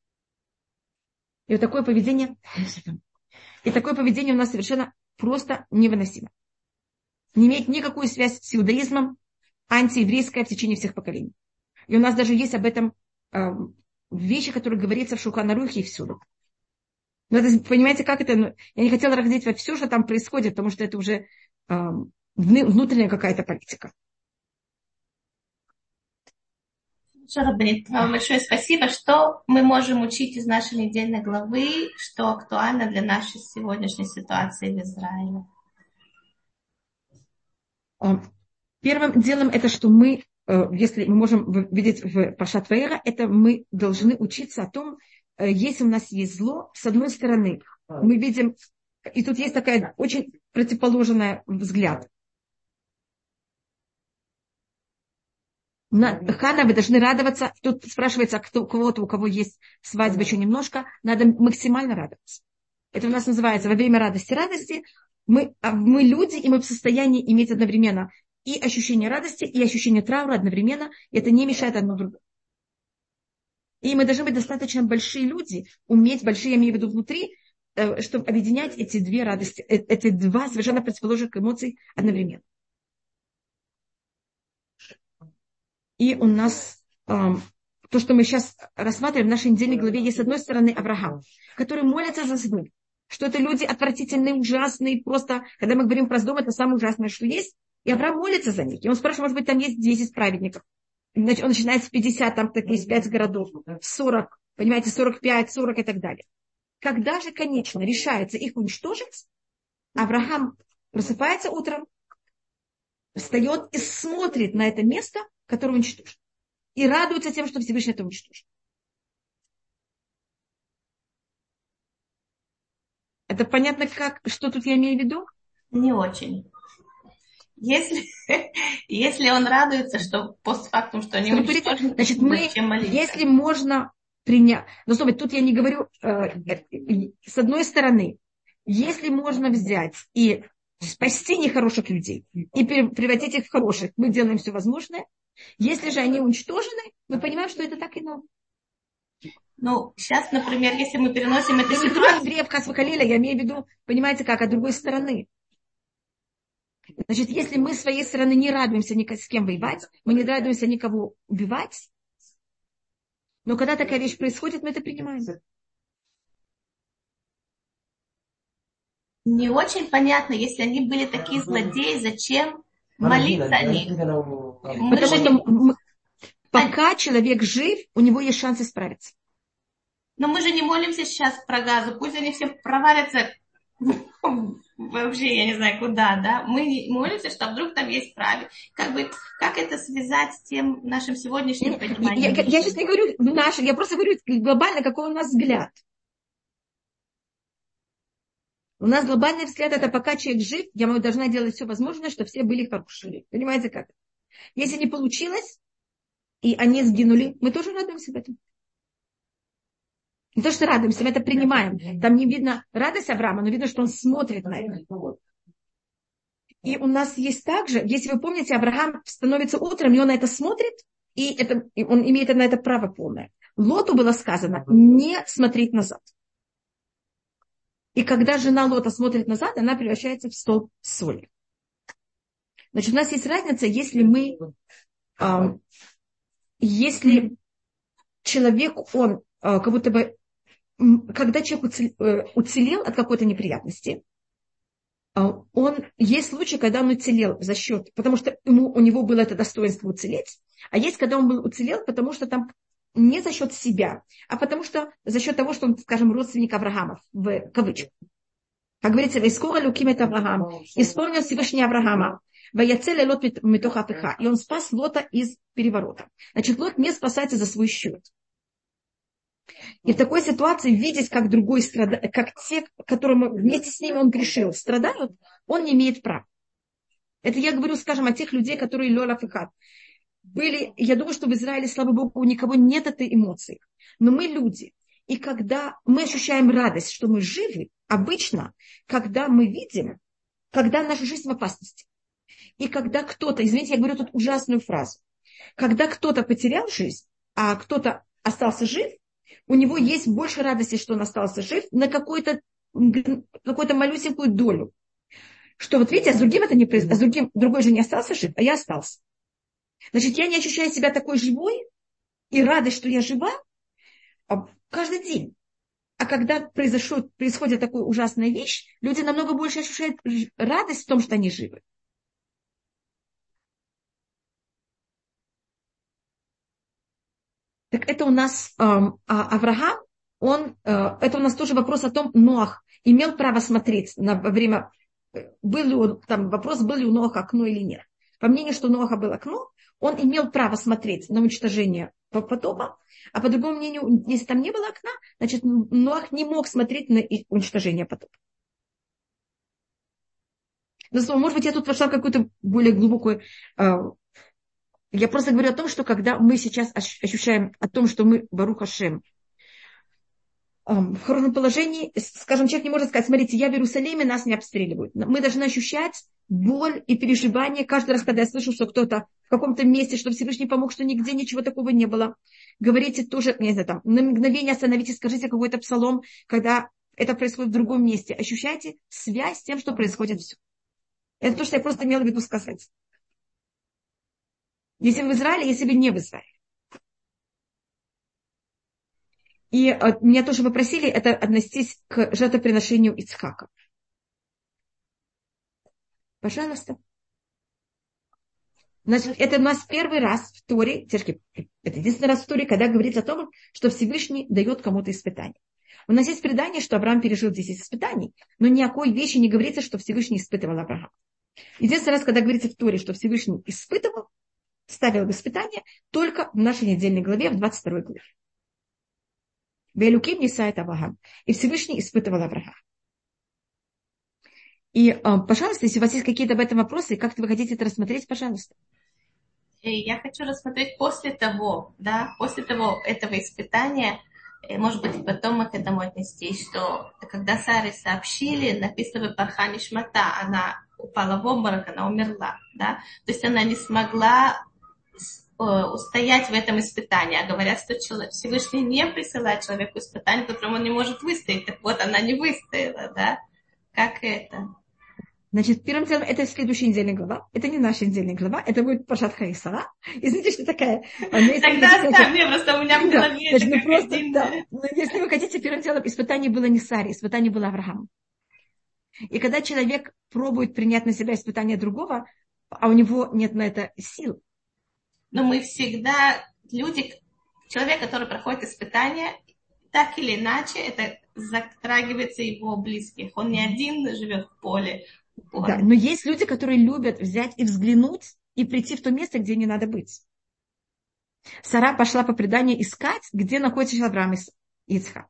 И вот такое поведение, и такое поведение у нас совершенно просто невыносимо. Не имеет никакую связь с иудаизмом, антиеврейское в течение всех поколений. И у нас даже есть об этом э, вещи, которые говорится в Шулхан Арухе и всюду. Но это, понимаете, как это? Я не хотела разделить во все, что там происходит, потому что это уже э, внутренняя какая-то политика.
Рабанит, вам большое спасибо. Что мы можем учить из нашей недельной главы, что актуально для нашей сегодняшней ситуации в Израиле?
Первым делом это, что мы, если мы можем видеть в Пашат Ваэра, это мы должны учиться о том, если у нас есть зло, с одной стороны, мы видим, и тут есть такая очень противоположный взгляд. На Хана вы должны радоваться. Тут спрашивается, кто, кого-то, у кого есть свадьба еще немножко, надо максимально радоваться. Это у нас называется во время радости радости. Мы, мы люди, и мы в состоянии иметь одновременно и ощущение радости, и ощущение траура одновременно. И это не мешает одно другому. И мы должны быть достаточно большие люди, уметь, большие, я имею в виду внутри, чтобы объединять эти две радости, эти два совершенно противоположных эмоций одновременно. И у нас э, то, что мы сейчас рассматриваем в нашей недельной главе, есть с одной стороны Авраам, который молится за Сдом, что это люди отвратительные, ужасные, просто, когда мы говорим про Сдом, это самое ужасное, что есть, и Авраам молится за них. И он спрашивает, может быть, там есть десять праведников. Значит, он начинает с пятидесяти, там так есть пять городов, сорок, понимаете, сорок пять, сорок и так далее. Когда же, конечно, решается их уничтожить, Авраам просыпается утром, встает и смотрит на это место, которое уничтожено. И радуется тем, что Всевышний это уничтожит. Это понятно, как, что тут я имею в виду?
Не очень. Если, если он радуется, что постфактум, что они уничтожены,
значит, мы, если можно принять... Но, смотрите, тут я не говорю... Э, э, с одной стороны, если можно взять и спасти нехороших людей и превратить их в хороших, мы делаем все возможное. Если же они уничтожены, мы понимаем, что это так и надо.
Ну, сейчас, например, если мы переносим это...
Я не говорю евреев Хас-Вахалиля, я имею в виду, понимаете как, от другой стороны. Значит, если мы с своей стороны не радуемся ни с кем воевать, мы не радуемся никого убивать, но когда такая вещь происходит, мы это принимаем.
Не очень понятно, если они были такие злодеи, зачем молиться о них?
Потому что мы, пока человек жив, у него есть шанс исправиться.
Но мы же не молимся сейчас про Газу, пусть они все провалятся вообще, я не знаю куда, да? Мы молимся, что вдруг там есть правильно. Как бы, как это связать с тем нашим сегодняшним пониманием?
Я, я, я сейчас не говорю наш, я просто говорю глобально, какой у нас взгляд. У нас глобальный взгляд, это пока человек жив, я должна делать все возможное, чтобы все были хорошие. Понимаете как? Если не получилось, и они сгинули, мы тоже радуемся в этом. Не то, что радуемся, мы это принимаем. Там не видно радость Авраама, но видно, что он смотрит на это. И у нас есть также, если вы помните, Авраам становится утром, и он на это смотрит, и, это, и он имеет на это право полное. Лоту было сказано не смотреть назад. И когда жена Лота смотрит назад, она превращается в столб соли. Значит, у нас есть разница, если мы, э, если человек, он э, как будто бы, когда человек уцелел, э, уцелел от какой-то неприятности, э, он, есть случаи, когда он уцелел за счет, потому что ему, у него было это достоинство уцелеть, а есть, когда он был уцелел, потому что там не за счет себя, а потому что за счет того, что он, скажем, родственник Авраама, в кавычках. Как говорится, «Вейскора люким это Авраам». Исполнил Всевышний Авраама. «Ваяцеле лот митоха пеха». И он спас Лота из переворота. Значит, Лот не спасается за свой счет. И в такой ситуации видеть, как другой страдает, как те, которым вместе с ними он грешил, страдают, он не имеет права. Это я говорю, скажем, о тех людей, которые лола фихат. Были, я думаю, что в Израиле, слава Богу, у никого нет этой эмоции. Но мы люди. И когда мы ощущаем радость, что мы живы, обычно, когда мы видим, когда наша жизнь в опасности. И когда кто-то, извините, я говорю тут ужасную фразу, когда кто-то потерял жизнь, а кто-то остался жив, у него есть больше радости, что он остался жив, на какую-то, какую-то малюсенькую долю. Что вот видите, а с другим это не произошло, а с другим, другой же не остался жив, а я остался. Значит, я не ощущаю себя такой живой и радость, что я жива каждый день. А когда произошел, происходит такая ужасная вещь, люди намного больше ощущают радость в том, что они живы. Так это у нас эм, а Авраам, он, э, это у нас тоже вопрос о том, Ноах имел право смотреть на, во время, был ли он, там вопрос, был ли у Ноаха окно или нет. По мнению, что у Ноаха было окно, он имел право смотреть на уничтожение потопа, а по другому мнению, если там не было окна, значит, Ноах не мог смотреть на уничтожение потопа. Может быть, я тут вошла в какую-то более глубокую... Я просто говорю о том, что когда мы сейчас ощущаем о том, что мы, Барух Ашем, в хорошем положении, скажем, человек не может сказать, смотрите, я в Иерусалиме, нас не обстреливают. Мы должны ощущать боль и переживание каждый раз, когда я слышу, что кто-то в каком-то месте, что Всевышний помог, что нигде ничего такого не было. Говорите тоже, не знаю, там, на мгновение остановитесь, скажите какой-то псалом, когда это происходит в другом месте. Ощущайте связь с тем, что происходит все. Это то, что я просто имела в виду сказать. Если вы в Израиле, если вы не в Израиле. И меня тоже попросили это отнестись к жертвоприношению Ицхака. Пожалуйста. Значит, это у нас первый раз в Торе, это единственный раз в Торе, когда говорится о том, что Всевышний дает кому-то испытание. У нас есть предание, что Авраам пережил десять испытаний, но ни о какой вещи не говорится, что Всевышний испытывал Авраама. Единственный раз, когда говорится в Торе, что Всевышний испытывал, ставил в испытание, только в нашей недельной главе, в двадцать второй главе. Веэлуким нисает Авраам. И Всевышний испытывал Авраама. И, пожалуйста, если у вас есть какие-то об этом вопросы, как-то вы хотите это рассмотреть, пожалуйста.
Я хочу рассмотреть после того, да, после того этого испытания, может быть, потом мы к этому отнестись, что когда Саре сообщили, написано в Парха Нишмата, она упала в обморок, она умерла, да, то есть она не смогла устоять в этом испытании. А говорят, что человек, Всевышний не присылает человеку испытание, которому он не может выстоять. Так вот, она не выстояла, да? Как это?
Значит, первым делом, это следующая недельная глава. Это не наша недельная глава, это будет Паршат Хаи Сара. Извините, что такая...
Тогда оставь, мне просто у меня в голове это как
просто,
один...
Да. Но если вы хотите, первым делом, испытание было не Саре, испытание было Аврааму. И когда человек пробует принять на себя испытание другого, а у него нет на это сил,
но мы всегда, люди, человек, который проходит испытания, так или иначе, это затрагивается его близких. Он не один живет в поле.
Да, но есть люди, которые любят взять и взглянуть, и прийти в то место, где не надо быть. Сара пошла по преданию искать, где находится Авраам и Ицхак.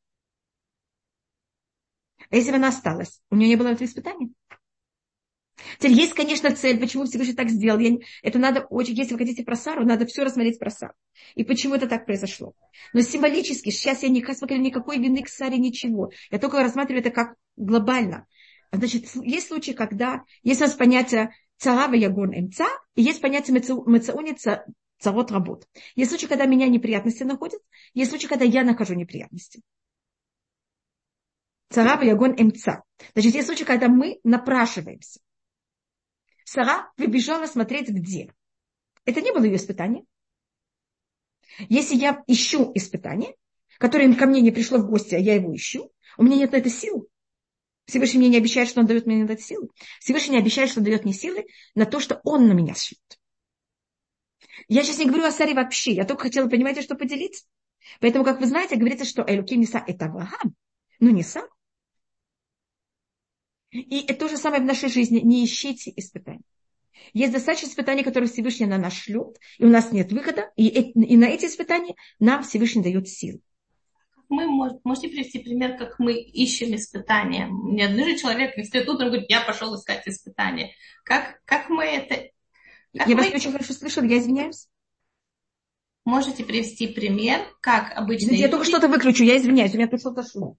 А если бы она осталась, у нее не было этого испытания? Теперь есть, конечно, цель, почему Всевышний так сделал. Я, это надо очень, если вы хотите про Сару, надо все рассмотреть про Сару. И почему это так произошло. Но символически, сейчас я не смотрю никакой вины к Саре, ничего. Я только рассматриваю это как глобально. Значит, есть случаи, когда есть у нас понятие царава ягон эмца, и есть понятие мецауница царот работ. Есть случаи, когда меня неприятности находят, есть случаи, когда я нахожу неприятности. Царава ягон эмца. Значит, есть случаи, когда мы напрашиваемся. Сара прибежала смотреть, где. Это не было ее испытание. Если я ищу испытание, которое ко мне не пришло в гости, а я его ищу, у меня нет на это сил. Всевышний мне не обещает, что он дает мне на это силы. Всевышний не обещает, что он дает мне силы на то, что он на меня шлет. Я сейчас не говорю о Саре вообще. Я только хотела, понимаете, что поделиться. Поэтому, как вы знаете, говорится, что Элуким Ниса – это Авраам, но не Сара. И это то же самое в нашей жизни. Не ищите испытаний. Есть достаточно испытаний, которые Всевышний на нас шлет, и у нас нет выхода, и, и на эти испытания нам Всевышний дает силы.
Мы мож, можете привести пример, как мы ищем испытания? Ни один же человек не встает утром и говорит, я пошел искать испытания. Как, как мы это... Как
я
мы...
вас не очень хорошо слышала, я извиняюсь.
Можете привести пример, как обычно...
Я только что-то выключу, я извиняюсь, у меня тут что-то шло.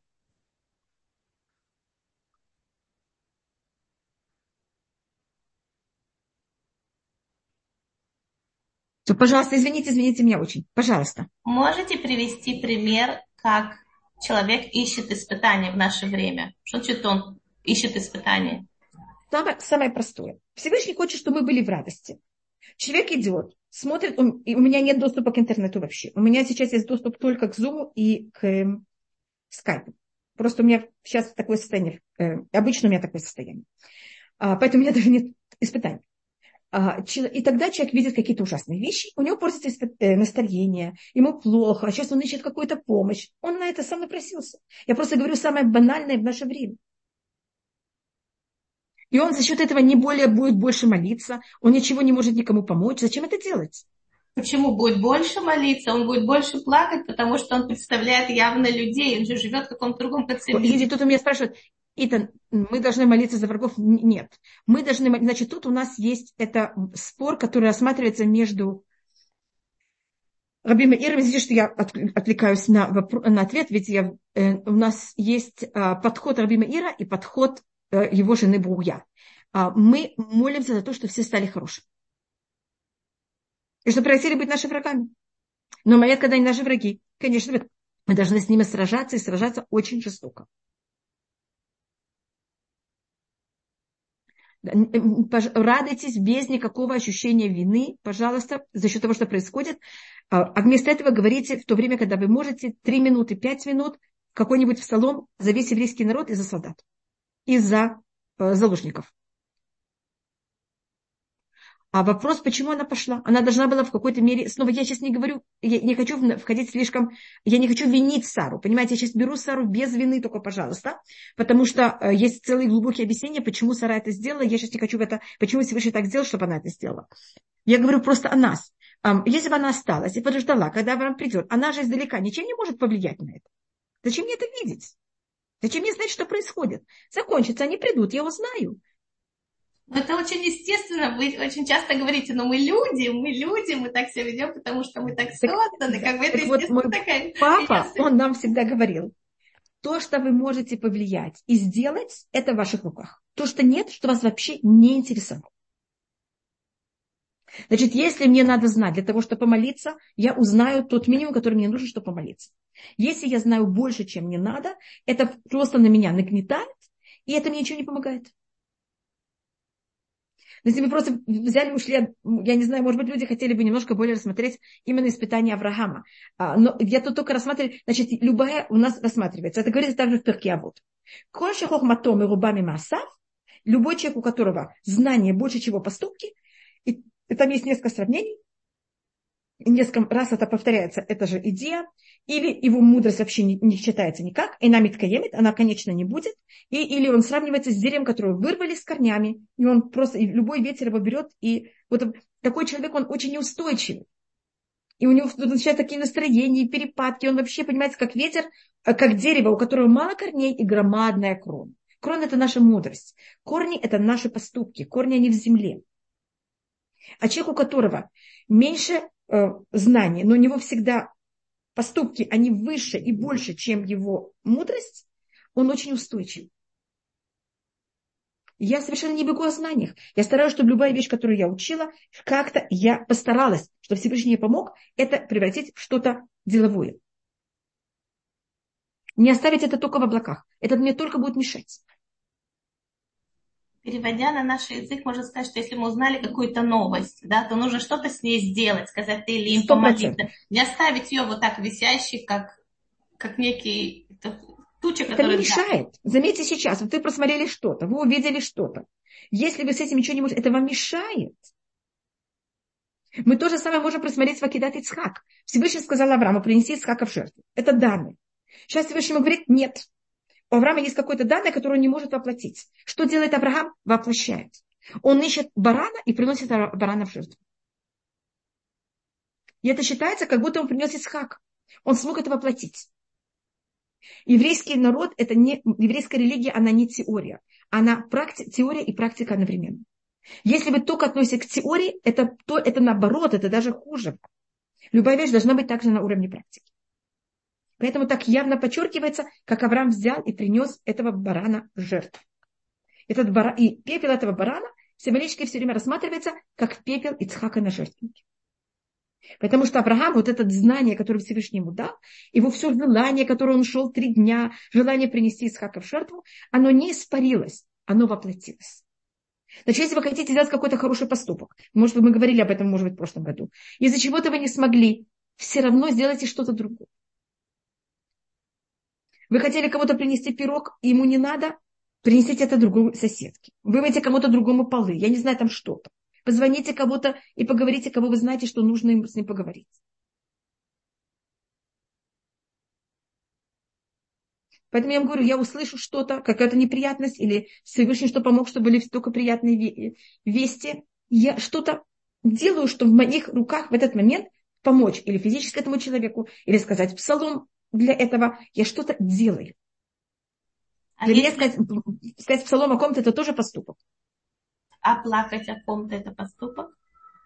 Все, пожалуйста, извините, извините меня очень. Пожалуйста.
Можете привести пример, как человек ищет испытания в наше время? Что значит он ищет испытания?
Самое, самое простое. Всевышний хочет, чтобы мы были в радости. Человек идет, смотрит, он, и у меня нет доступа к интернету вообще. У меня сейчас есть доступ только к Zoom и к э, Skype. Просто у меня сейчас такое состояние. Э, обычно у меня такое состояние. А, поэтому у меня даже нет испытаний. И тогда человек видит какие-то ужасные вещи, у него портится настроение, ему плохо, а сейчас он ищет какую-то помощь. Он на это сам напросился. Я просто говорю самое банальное в наше время. И он за счет этого не более будет больше молиться, он ничего не может никому помочь. Зачем это делать?
Почему будет больше молиться? Он будет больше плакать, потому что он представляет явно людей. Он же живет в каком-то другом конце мира.
Если тут у меня спрашивают, Итан, мы должны молиться за врагов? Нет. Мы должны молиться. Значит, тут у нас есть это спор, который рассматривается между Раби Меиром. Видите, что я отвлекаюсь на, вопрос, на ответ, ведь я, э, у нас есть э, подход Раби Меира и подход э, его жены Бруя. Э, мы молимся за то, что все стали хорошими. И что просили быть нашими врагами. Но моя, когда они наши враги, конечно, мы должны с ними сражаться и сражаться очень жестоко. Радуйтесь без никакого ощущения вины, пожалуйста, за счет того, что происходит. А вместо этого говорите в то время, когда вы можете, три минуты, пять минут, какой-нибудь псалом за весь еврейский народ и за солдат, и за э, заложников. А вопрос, почему она пошла? Она должна была в какой-то мере... Снова я сейчас не говорю, я не хочу входить слишком... Я не хочу винить Сару. Понимаете, я сейчас беру Сару без вины, только пожалуйста. Потому что есть целые глубокие объяснения, почему Сара это сделала. Я сейчас не хочу в это... Почему Всевышний так сделал, чтобы она это сделала. Я говорю просто о нас. Если бы она осталась и подождала, когда Авраам придет, она же издалека ничем не может повлиять на это. Зачем мне это видеть? Зачем мне знать, что происходит? Закончится, они придут, я узнаю.
Это очень естественно. Вы очень часто говорите, но мы люди, мы люди, мы так себя ведем, потому что мы так созданы. Как бы это
так вот, мой
такая...
папа, он нам всегда говорил, то, что вы можете повлиять и сделать, это в ваших руках. То, что нет, что вас вообще не интересовало. Значит, если мне надо знать для того, чтобы помолиться, я узнаю тот минимум, который мне нужен, чтобы помолиться. Если я знаю больше, чем мне надо, это просто на меня нагнетает, и это мне ничего не помогает. Если мы просто взяли, ушли, я не знаю, может быть, люди хотели бы немножко более рассмотреть именно испытание Авраама. Но я тут только рассматриваю, значит, любая у нас рассматривается. Это говорится также в Перке Авот. Коши хохматом и рубами маасав, любой человек, у которого знание больше, чего поступки, и там есть несколько сравнений, несколько раз это повторяется, это же идея, или его мудрость вообще не, не считается никак, и намит каемит, она, конечно, не будет, и, или он сравнивается с деревом, которое вырвали с корнями, и он просто, и любой ветер его берет, и вот такой человек, он очень неустойчивый, и у него начинают такие настроения, перепадки, он вообще, понимаете, как ветер, как дерево, у которого мало корней и громадная крона. Крона – это наша мудрость, корни – это наши поступки, корни они в земле. А человек, у которого меньше э, знаний, но у него всегда поступки, они выше и больше, чем его мудрость, он очень устойчив. Я совершенно не бегу о знаниях. Я стараюсь, чтобы любая вещь, которую я учила, как-то я постаралась, чтобы Всевышний мне помог, это превратить в что-то деловое. Не оставить это только в облаках. Это мне только будет мешать.
Переводя на наш язык, можно сказать, что если мы узнали какую-то новость, да, то нужно что-то с ней сделать, сказать ты или им помолиться. Не оставить ее вот так висящей, как, как некий туча,
это
которая...
Это не мешает. Заметьте сейчас, вот вы просмотрели что-то, вы увидели что-то. Если вы с этим ничего не можете, это вам мешает. Мы то же самое можем просмотреть с Вакидат Ицхак. Всевышний сказал Аврааму принести Ицхака в жертву. Это данные. Сейчас Всевышний ему говорит, нет. У Авраама есть какое-то данное, которое он не может воплотить. Что делает Авраам? Воплощает. Он ищет барана и приносит барана в жертву. И это считается, как будто он принес Ицхак. Он смог это воплотить. Еврейский народ, это не, еврейская религия, она не теория. Она практи, теория и практика одновременно. Если вы только относитесь к теории, это, то, это наоборот, это даже хуже. Любая вещь должна быть также на уровне практики. Поэтому так явно подчеркивается, как Авраам взял и принес этого барана в жертву. Этот баран, и пепел этого барана символически все время рассматривается как пепел Ицхака на жертвеннике. Потому что Авраам, вот это знание, которое Всевышний ему дал, его все желание, которое он шел три дня, желание принести Ицхака в жертву, оно не испарилось, оно воплотилось. Значит, если вы хотите сделать какой-то хороший поступок, может быть, мы говорили об этом, может быть, в прошлом году, из-за чего-то вы не смогли, все равно сделайте что-то другое. Вы хотели кому-то принести пирог, и ему не надо, принесите это другой соседке. Вымойте кому-то другому полы, я не знаю, там что-то. Позвоните кому-то и поговорите, кого вы знаете, что нужно им с ним поговорить. Поэтому я вам говорю, я услышу что-то, какая-то неприятность, или Всевышний что помог, чтобы были только приятные вести. Я что-то делаю, что в моих руках в этот момент помочь или физически этому человеку, или сказать псалом для этого. Я что-то делаю.
А
Для
если...
меня сказать, сказать псалом о ком-то, это тоже поступок.
А плакать о ком-то это поступок?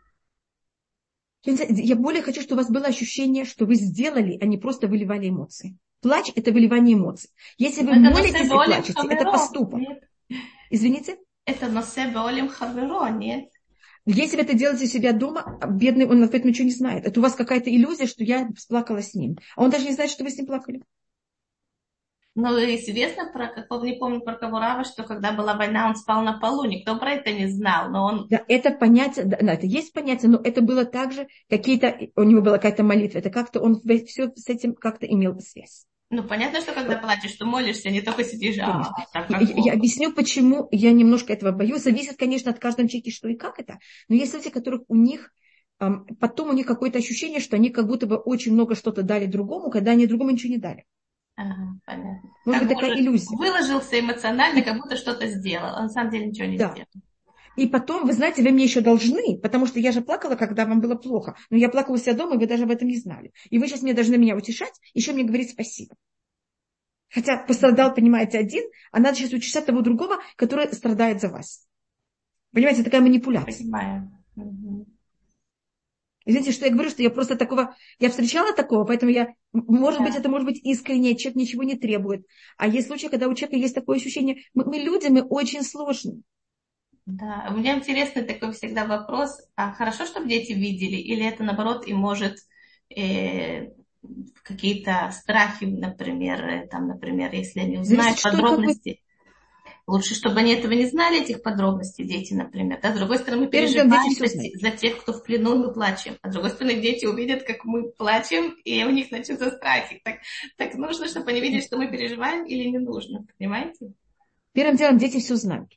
Я более хочу, чтобы у вас было ощущение, что вы сделали, а не просто выливали эмоции. Плач – это выливание эмоций. Если вы
это
молитесь и плачете, хаверо, это поступок. Нет? Извините?
Это носе болем хаверо, нет?
Если вы это делаете у себя дома, бедный, он ответ ничего не знает. Это у вас какая-то иллюзия, что я сплакала с ним. А он даже не знает, что вы с ним плакали.
Ну, известно про какого, не помню про кого Рава, что когда была война, он спал на полу. Никто про это не знал, но он...
Да, это понятие, да, это есть понятие, но это было также какие-то, у него была какая-то молитва, это как-то он все с этим как-то имел связь.
Ну, понятно, что когда плачешь, что молишься, не только сидишь, а... Так,
я, я объясню, почему я немножко этого боюсь. Зависит, конечно, от каждого человека, что и как это. Но есть люди, которых у них, эм, потом у них какое-то ощущение, что они как будто бы очень много что-то дали другому, когда они другому ничего не дали.
Ага, понятно.
Может быть, такая иллюзия.
Выложился эмоционально, как будто что-то сделал, а на самом деле ничего не
да.
сделал.
И потом, вы знаете, вы мне еще должны, потому что я же плакала, когда вам было плохо. Но я плакала у себя дома, и вы даже об этом не знали. И вы сейчас мне должны меня утешать, еще мне говорить спасибо. Хотя пострадал, понимаете, один, а надо сейчас утешать того другого, который страдает за вас. Понимаете, такая манипуляция.
Понимаю. Угу.
Извините, что я говорю, что я просто такого, я встречала такого, поэтому я, может да. быть, это может быть искренне, человек ничего не требует. А есть случаи, когда у человека есть такое ощущение, мы, мы люди, мы очень сложные.
Да, у меня интересный такой всегда вопрос, а хорошо, чтобы дети видели, или это, наоборот, и может э, какие-то страхи, например, там, например, если они узнают Зависит, подробности. Лучше, чтобы они этого не знали, этих подробностей, дети, например. Да? С другой стороны, мы переживаем за, за тех, кто в плену, мы плачем. А с другой стороны, дети увидят, как мы плачем, и у них начнутся страхи. Так, так нужно, чтобы они видели, что мы переживаем, или не нужно, понимаете?
Первым делом дети все знают.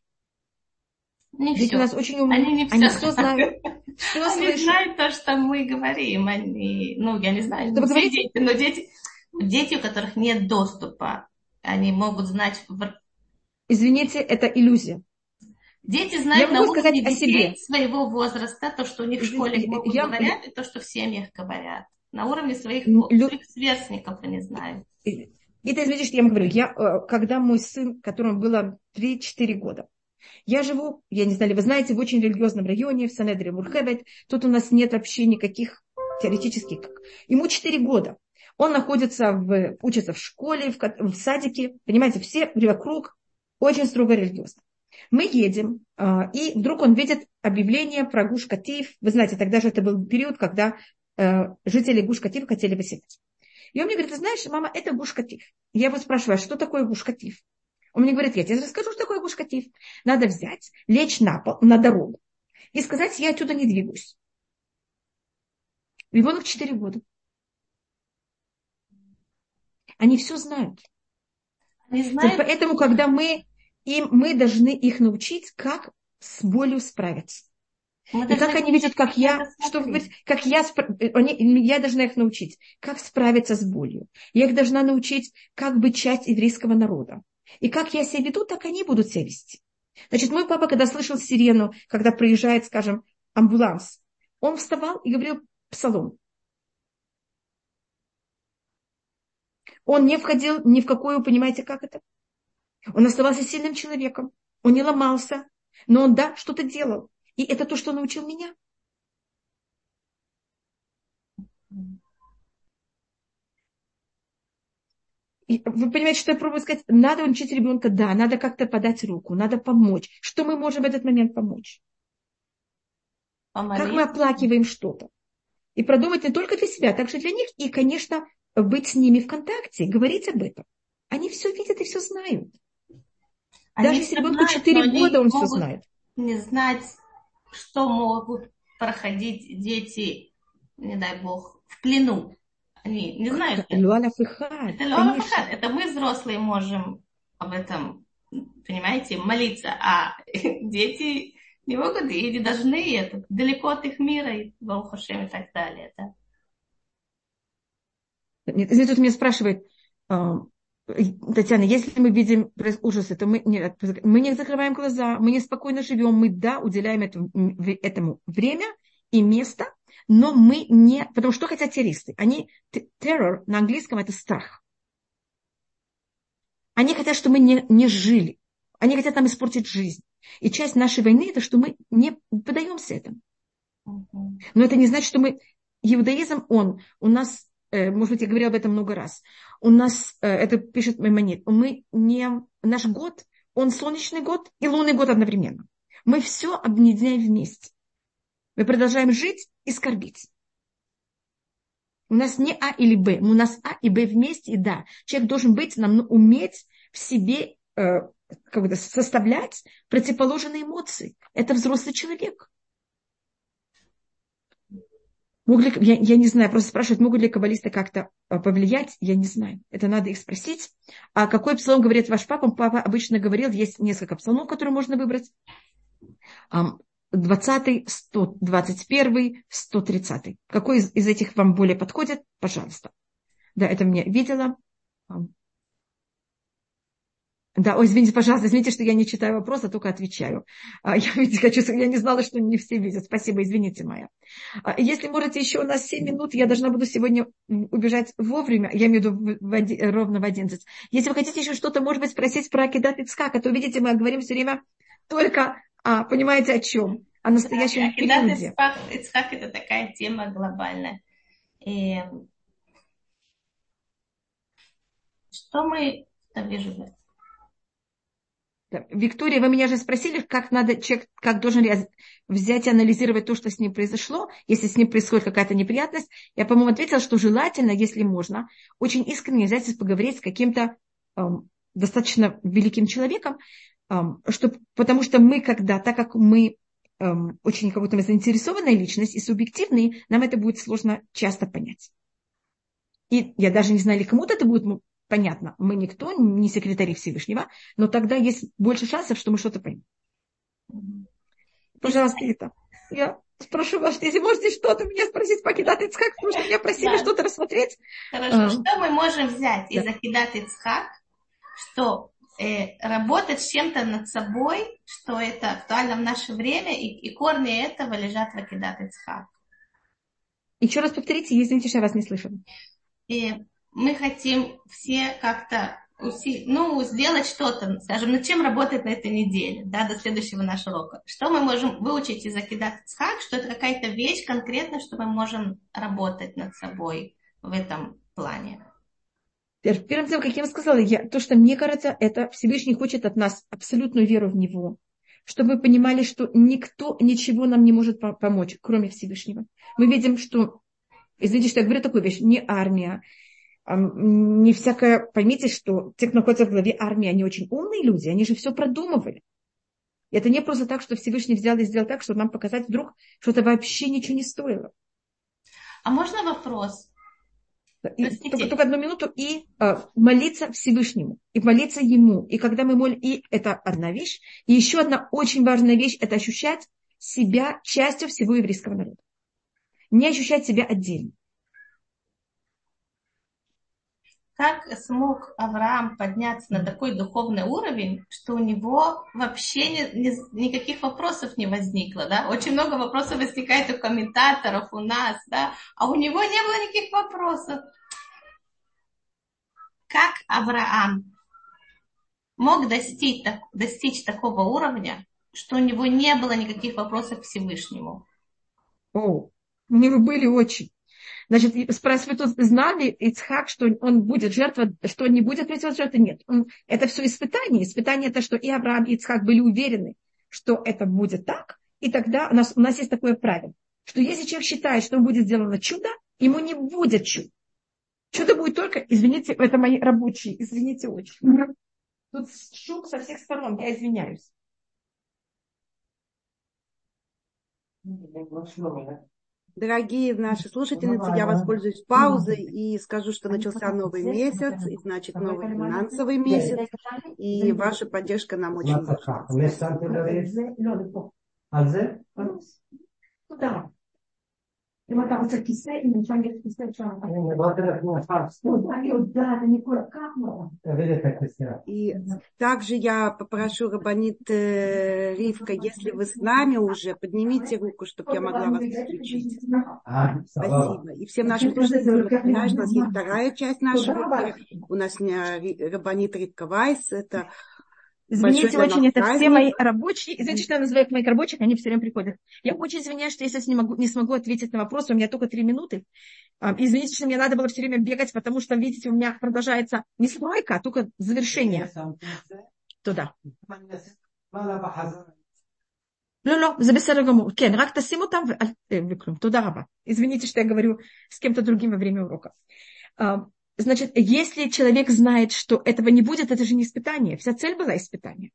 Не
дети
все.
у нас очень умные.
Они не все,
они все знают. Все
они
слышат.
знают то, что мы говорим. Они, ну, я не знаю,
что
не все дети, но дети, дети, у которых нет доступа, они могут знать...
Извините, это иллюзия.
Дети знают на уровне детей своего возраста, то, что у них в
Извините,
школе могут
я,
говорят,
я,
и то, что в семьях говорят. На уровне своих,
лю...
своих сверстников они знают.
Это, извините, что я вам говорю. Я, когда мой сын, которому было три-четыре года, я живу, я не знаю, вы знаете, в очень религиозном районе, в Санедре Мурхевет. Тут у нас нет вообще никаких теоретических. Ему четыре года. Он находится в, учится в школе, в, в садике. Понимаете, все вокруг очень строго религиозно. Мы едем, и вдруг он видит объявление про Гуш-Катив. Вы знаете, тогда же это был период, когда жители Гуш-Катива хотели выселять. И он мне говорит, ты знаешь, мама, это Гуш-Катив. Я его спрашиваю, а что такое Гуш-Катив? Он мне говорит, я тебе расскажу, что такое Гуш-Катив. Надо взять, лечь на пол, на дорогу и сказать, я отсюда не двигаюсь. Ребенок четыре года. Они все знают.
Они знают.
Поэтому, когда мы им, мы должны их научить, как с болью справиться. Мы и как они видят, как я, что вы говорите, как я, они, я должна их научить, как справиться с болью. Я их должна научить, как быть часть еврейского народа. И как я себя веду, так они будут себя вести. Значит, мой папа, когда слышал сирену, когда проезжает, скажем, амбуланс, он вставал и говорил псалом. Он не входил ни в какую, понимаете, как это? Он оставался сильным человеком. Он не ломался, но он, да, что-то делал. И это то, что научил меня. И вы понимаете, что я пробую сказать? Надо учить ребенка, да, надо как-то подать руку, надо помочь. Что мы можем в этот момент помочь? Помолиться. Как мы оплакиваем что-то. И продумать не только для себя, а также для них. И, конечно, быть с ними в контакте, говорить об этом. Они все видят и все знают.
Они
Даже если ребенку четыре года, он все знает.
Не знать, что могут проходить дети, не дай бог, в плену. Они не знают.
Это луалафихад.
Это луалафихад. Это мы, взрослые, можем об этом, понимаете, молиться. А дети Не могут и не должны это. Далеко от их мира, и Барух Ашем и так далее. Да.
Нет, здесь тут меня спрашивает, а, Татьяна, если мы видим ужасы, то мы не, мы не закрываем глаза, мы неспокойно живем, мы, да, уделяем этому, этому время и место, но мы не... Потому что хотят террористы? Они... Террор на английском это страх. Они хотят, чтобы мы не, не жили. Они хотят нам испортить жизнь. И часть нашей войны это, что мы не подаемся этому. Но это не значит, что мы... Иудаизм, он у нас... Может быть, я говорила об этом много раз. У нас, это пишет Маймонид, мы не, наш год, он солнечный год и лунный год одновременно. Мы все объединяем вместе. Мы продолжаем жить и скорбить. У нас не А или Б, у нас А и Б вместе, и да. Человек должен быть, нам уметь в себе э, как бы составлять противоположные эмоции. Это взрослый человек. Могут ли, я, я не знаю, просто спрашивают, могут ли каббалисты как-то повлиять, я не знаю. Это надо их спросить. А какой псалом говорит ваш папа? Папа обычно говорил, есть несколько псалмов, которые можно выбрать. двадцатый, сто двадцать первый, сто тридцатый. Какой из, из этих вам более подходит? Пожалуйста. Да, это мне видела. Да, ой, извините, пожалуйста, извините, что я не читаю вопрос, а только отвечаю. Я, видите, хочу, я не знала, что не все видят. Спасибо, извините, Майя. Если можете, еще у нас семь минут, я должна буду сегодня убежать вовремя, я имею в виду в оди, ровно в одиннадцать. Если вы хотите еще что-то, может быть, спросить про Акидат Ицхака, то, видите, мы говорим все время только, а, понимаете, о чем? О настоящем
да,
периоде.
Акидат Ицхак – это такая тема глобальная. И... Что мы... Да, вижу, да.
Виктория, вы меня же спросили, как надо человек, как должен взять и анализировать то, что с ним произошло, если с ним происходит какая-то неприятность. Я, по-моему, ответила, что желательно, если можно, очень искренне взять и поговорить с каким-то эм, достаточно великим человеком, эм, чтобы, потому что мы, когда, так как мы эм, очень как будто заинтересованная личность и субъективные, нам это будет сложно часто понять. И я даже не знаю, ли кому-то это будет понятно, мы никто, не секретарь Всевышнего, но тогда есть больше шансов, что мы что-то поймем. Пожалуйста, это. Я прошу вас, если можете что-то меня спросить по Акидат Ицхак, потому что меня просили да. что-то рассмотреть.
Хорошо, а, что мы можем взять да. из Акидат Ицхак, что э, работать с чем-то над собой, что это актуально в наше время, и, и корни этого лежат в Акидат Ицхак.
Еще раз повторите, извините, что я вас не слышу.
И мы хотим все как-то уси... ну, сделать что-то, скажем, над чем работать на этой неделе, да, до следующего нашего урока. Что мы можем выучить из Акидат Ицхак, что это какая-то вещь конкретная, что мы можем работать над собой в этом плане.
Первым делом, как я вам сказала, я, то, что мне кажется, это Всевышний хочет от нас абсолютную веру в Него, чтобы мы понимали, что никто ничего нам не может помочь, кроме Всевышнего. Мы видим, что, извините, что я говорю такую вещь, не армия, не всякое, поймите, что те, кто находится в главе армии, они очень умные люди, они же все продумывали. И это не просто так, что Всевышний взял и сделал так, чтобы нам показать вдруг, что это вообще ничего не стоило.
А можно вопрос?
И, только, только одну минуту. И э, молиться Всевышнему, и молиться Ему. И когда мы молим, и это одна вещь. И еще одна очень важная вещь, это ощущать себя частью всего еврейского народа. Не ощущать себя отдельно.
Как смог Авраам подняться на такой духовный уровень, что у него вообще не, не, никаких вопросов не возникло, да? Очень много вопросов возникает у комментаторов, у нас, да? А у него не было никаких вопросов. Как Авраам мог достичь, достичь такого уровня, что у него не было никаких вопросов к Всевышнему?
О, у него были очень. Значит, спрашивают, знал ли Ицхак, что он будет жертвовать, что он не будет приносить жертву? Нет. Он, это все испытание. Испытание это, что и Авраам, и Ицхак были уверены, что это будет так. И тогда у нас, у нас есть такое правило, что если человек считает, что он будет сделано чудо, ему не будет чуда. Чудо будет только, извините, это мои рабочие, извините очень. Тут шум со всех сторон, я извиняюсь.
Дорогие наши слушательницы, я воспользуюсь паузой и скажу, что начался новый месяц, и значит новый финансовый месяц, и ваша поддержка нам очень важна.
Да. И вот там вот кисе, и ничего нет кисе, что да, это не капнуло.
И также я попрошу Рабанит э, Ривка, если вы с нами уже, поднимите руку, чтобы я могла вас включить. Спасибо. И всем нашим слушателям напоминаю, что у нас есть вторая часть нашего эфира. У нас не Рабанит Ривка Вайс, это
Извините очень, это праздник. Все мои рабочие. Извините, что я называю их моих рабочих, они все время приходят. Я очень извиняюсь, что я сейчас не, могу, не смогу ответить на вопрос, у меня только три минуты. Извините, что мне надо было все время бегать, потому что, видите, у меня продолжается не стройка, а только завершение. Туда. לא, לא, זה בסדר גמור. כן, רק תשים אותם ואל וכלום. תודה רבה. Извините, что я говорю с кем-то другим во время урока. Значит, если человек знает, что этого не будет, это же не испытание. Вся цель была испытание.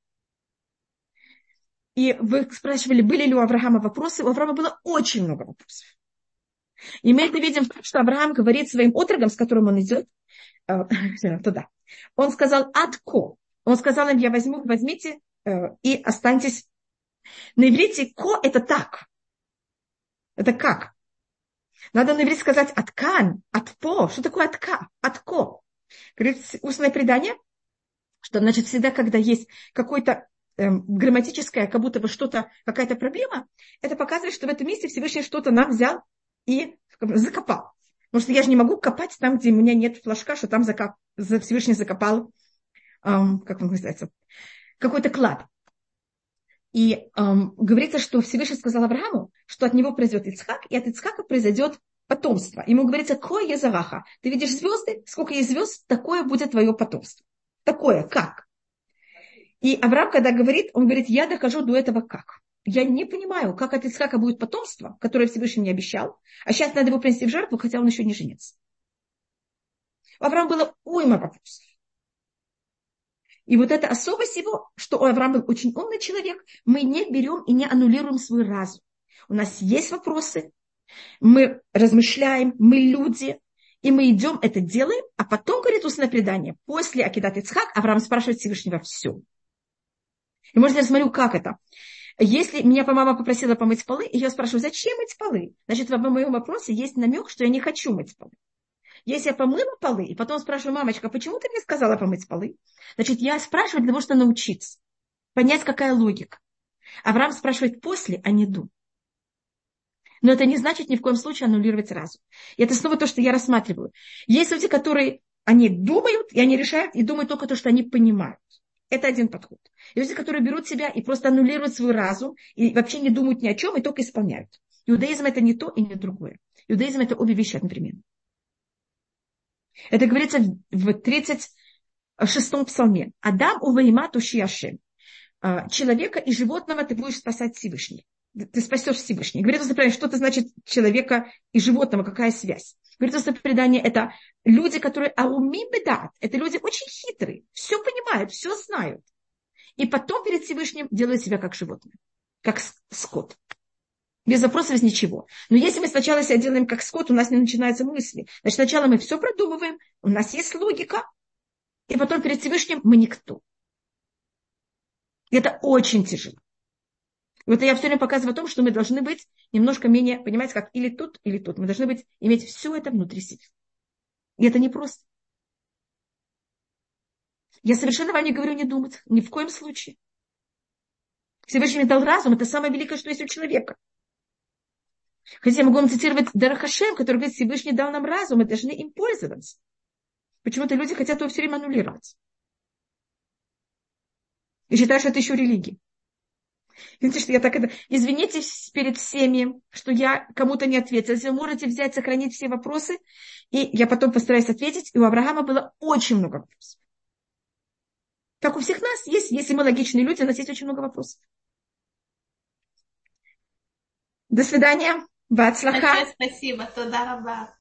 И вы спрашивали, были ли у Авраама вопросы. У Авраама было очень много вопросов. И мы это видим, что Авраам говорит своим отрокам, с которым он идет, туда. Он сказал «атко». Он сказал им, я возьму, возьмите и останьтесь. На иврите «ко» – это так. Это как? Надо на иврите сказать «аткан», «атпо». Что такое «атка»? «Атко». Говорит устное предание, что, значит, всегда, когда есть какое-то эм, грамматическое, как будто бы что-то, какая-то проблема, это показывает, что в этом месте Всевышний что-то нам взял и закопал. Потому что я же не могу копать там, где у меня нет флажка, что там закоп... Всевышний закопал, эм, как он называется, какой-то клад. И эм, говорится, что Всевышний сказал Аврааму, что от него произойдет Ицхак, и от Ицхака произойдет потомство. Ему говорится, кой езараха. Ты видишь звезды, сколько есть звезд, такое будет твое потомство. Такое, как? И Авраам, когда говорит, он говорит, я дохожу до этого как? Я не понимаю, как от Ицхака будет потомство, которое Всевышний мне обещал, а сейчас надо его принести в жертву, хотя он еще не женится. У Авраама было уйма вопросов. И вот это особость его, что у Авраама был очень умный человек, мы не берем и не аннулируем свой разум. У нас есть вопросы, мы размышляем, мы люди, и мы идем, это делаем, а потом, говорит устное предание, после Акидат Ицхак, Авраам спрашивает Всевышнего все. И может, я смотрю, как это. Если меня мама попросила помыть полы, и я спрашиваю, зачем мыть полы? Значит, в моем вопросе есть намек, что я не хочу мыть полы. Если я помыла полы, и потом спрашиваю, мамочка, почему ты мне сказала помыть полы? Значит, я спрашиваю для того, чтобы научиться, понять, какая логика. Авраам спрашивает после, а не до. Но это не значит ни в коем случае аннулировать разум. И это снова то, что я рассматриваю. Есть люди, которые, они думают, и они решают, и думают только то, что они понимают. Это один подход. И люди, которые берут себя и просто аннулируют свой разум, и вообще не думают ни о чем, и только исполняют. Иудаизм это не то и не другое. Иудаизм это обе вещи одновременно. Это говорится в тридцать шестом псалме. Адам увейма туши Ашем. Человека и животного ты будешь спасать Всевышний. Ты спасешь Всевышний. Говорится, например, что это значит человека и животного, какая связь. Говорится, предание это люди, которые аумим бедат. Это люди очень хитрые, все понимают, все знают. И потом перед Всевышним делают себя как животное, как скот. Без вопросов, без ничего. Но если мы сначала себя делаем как скот, у нас не начинаются мысли. Значит, сначала мы все продумываем, у нас есть логика, и потом перед Всевышним мы никто. И это очень тяжело. И вот я все время показываю о том, что мы должны быть немножко менее, понимаете, как или тут, или тут. Мы должны быть, иметь все это внутри себя. И это не просто. Я совершенно вам не говорю не думать. Ни в коем случае. Всевышний мне дал разум. Это самое великое, что есть у человека. Хотя я могу вам цитировать Дерах Хашем, который говорит, Всевышний дал нам разум, мы должны им пользоваться. Почему-то люди хотят его все время аннулировать. И считают, что это еще религия. Видите, что я так это... Извините перед всеми, что я кому-то не ответила. Если вы можете взять, сохранить все вопросы, и я потом постараюсь ответить. И у Авраама было очень много вопросов. Как у всех нас есть, если мы логичные люди, у нас есть очень много вопросов. До свидания. Бацлаха.
Спасибо. Туда раба.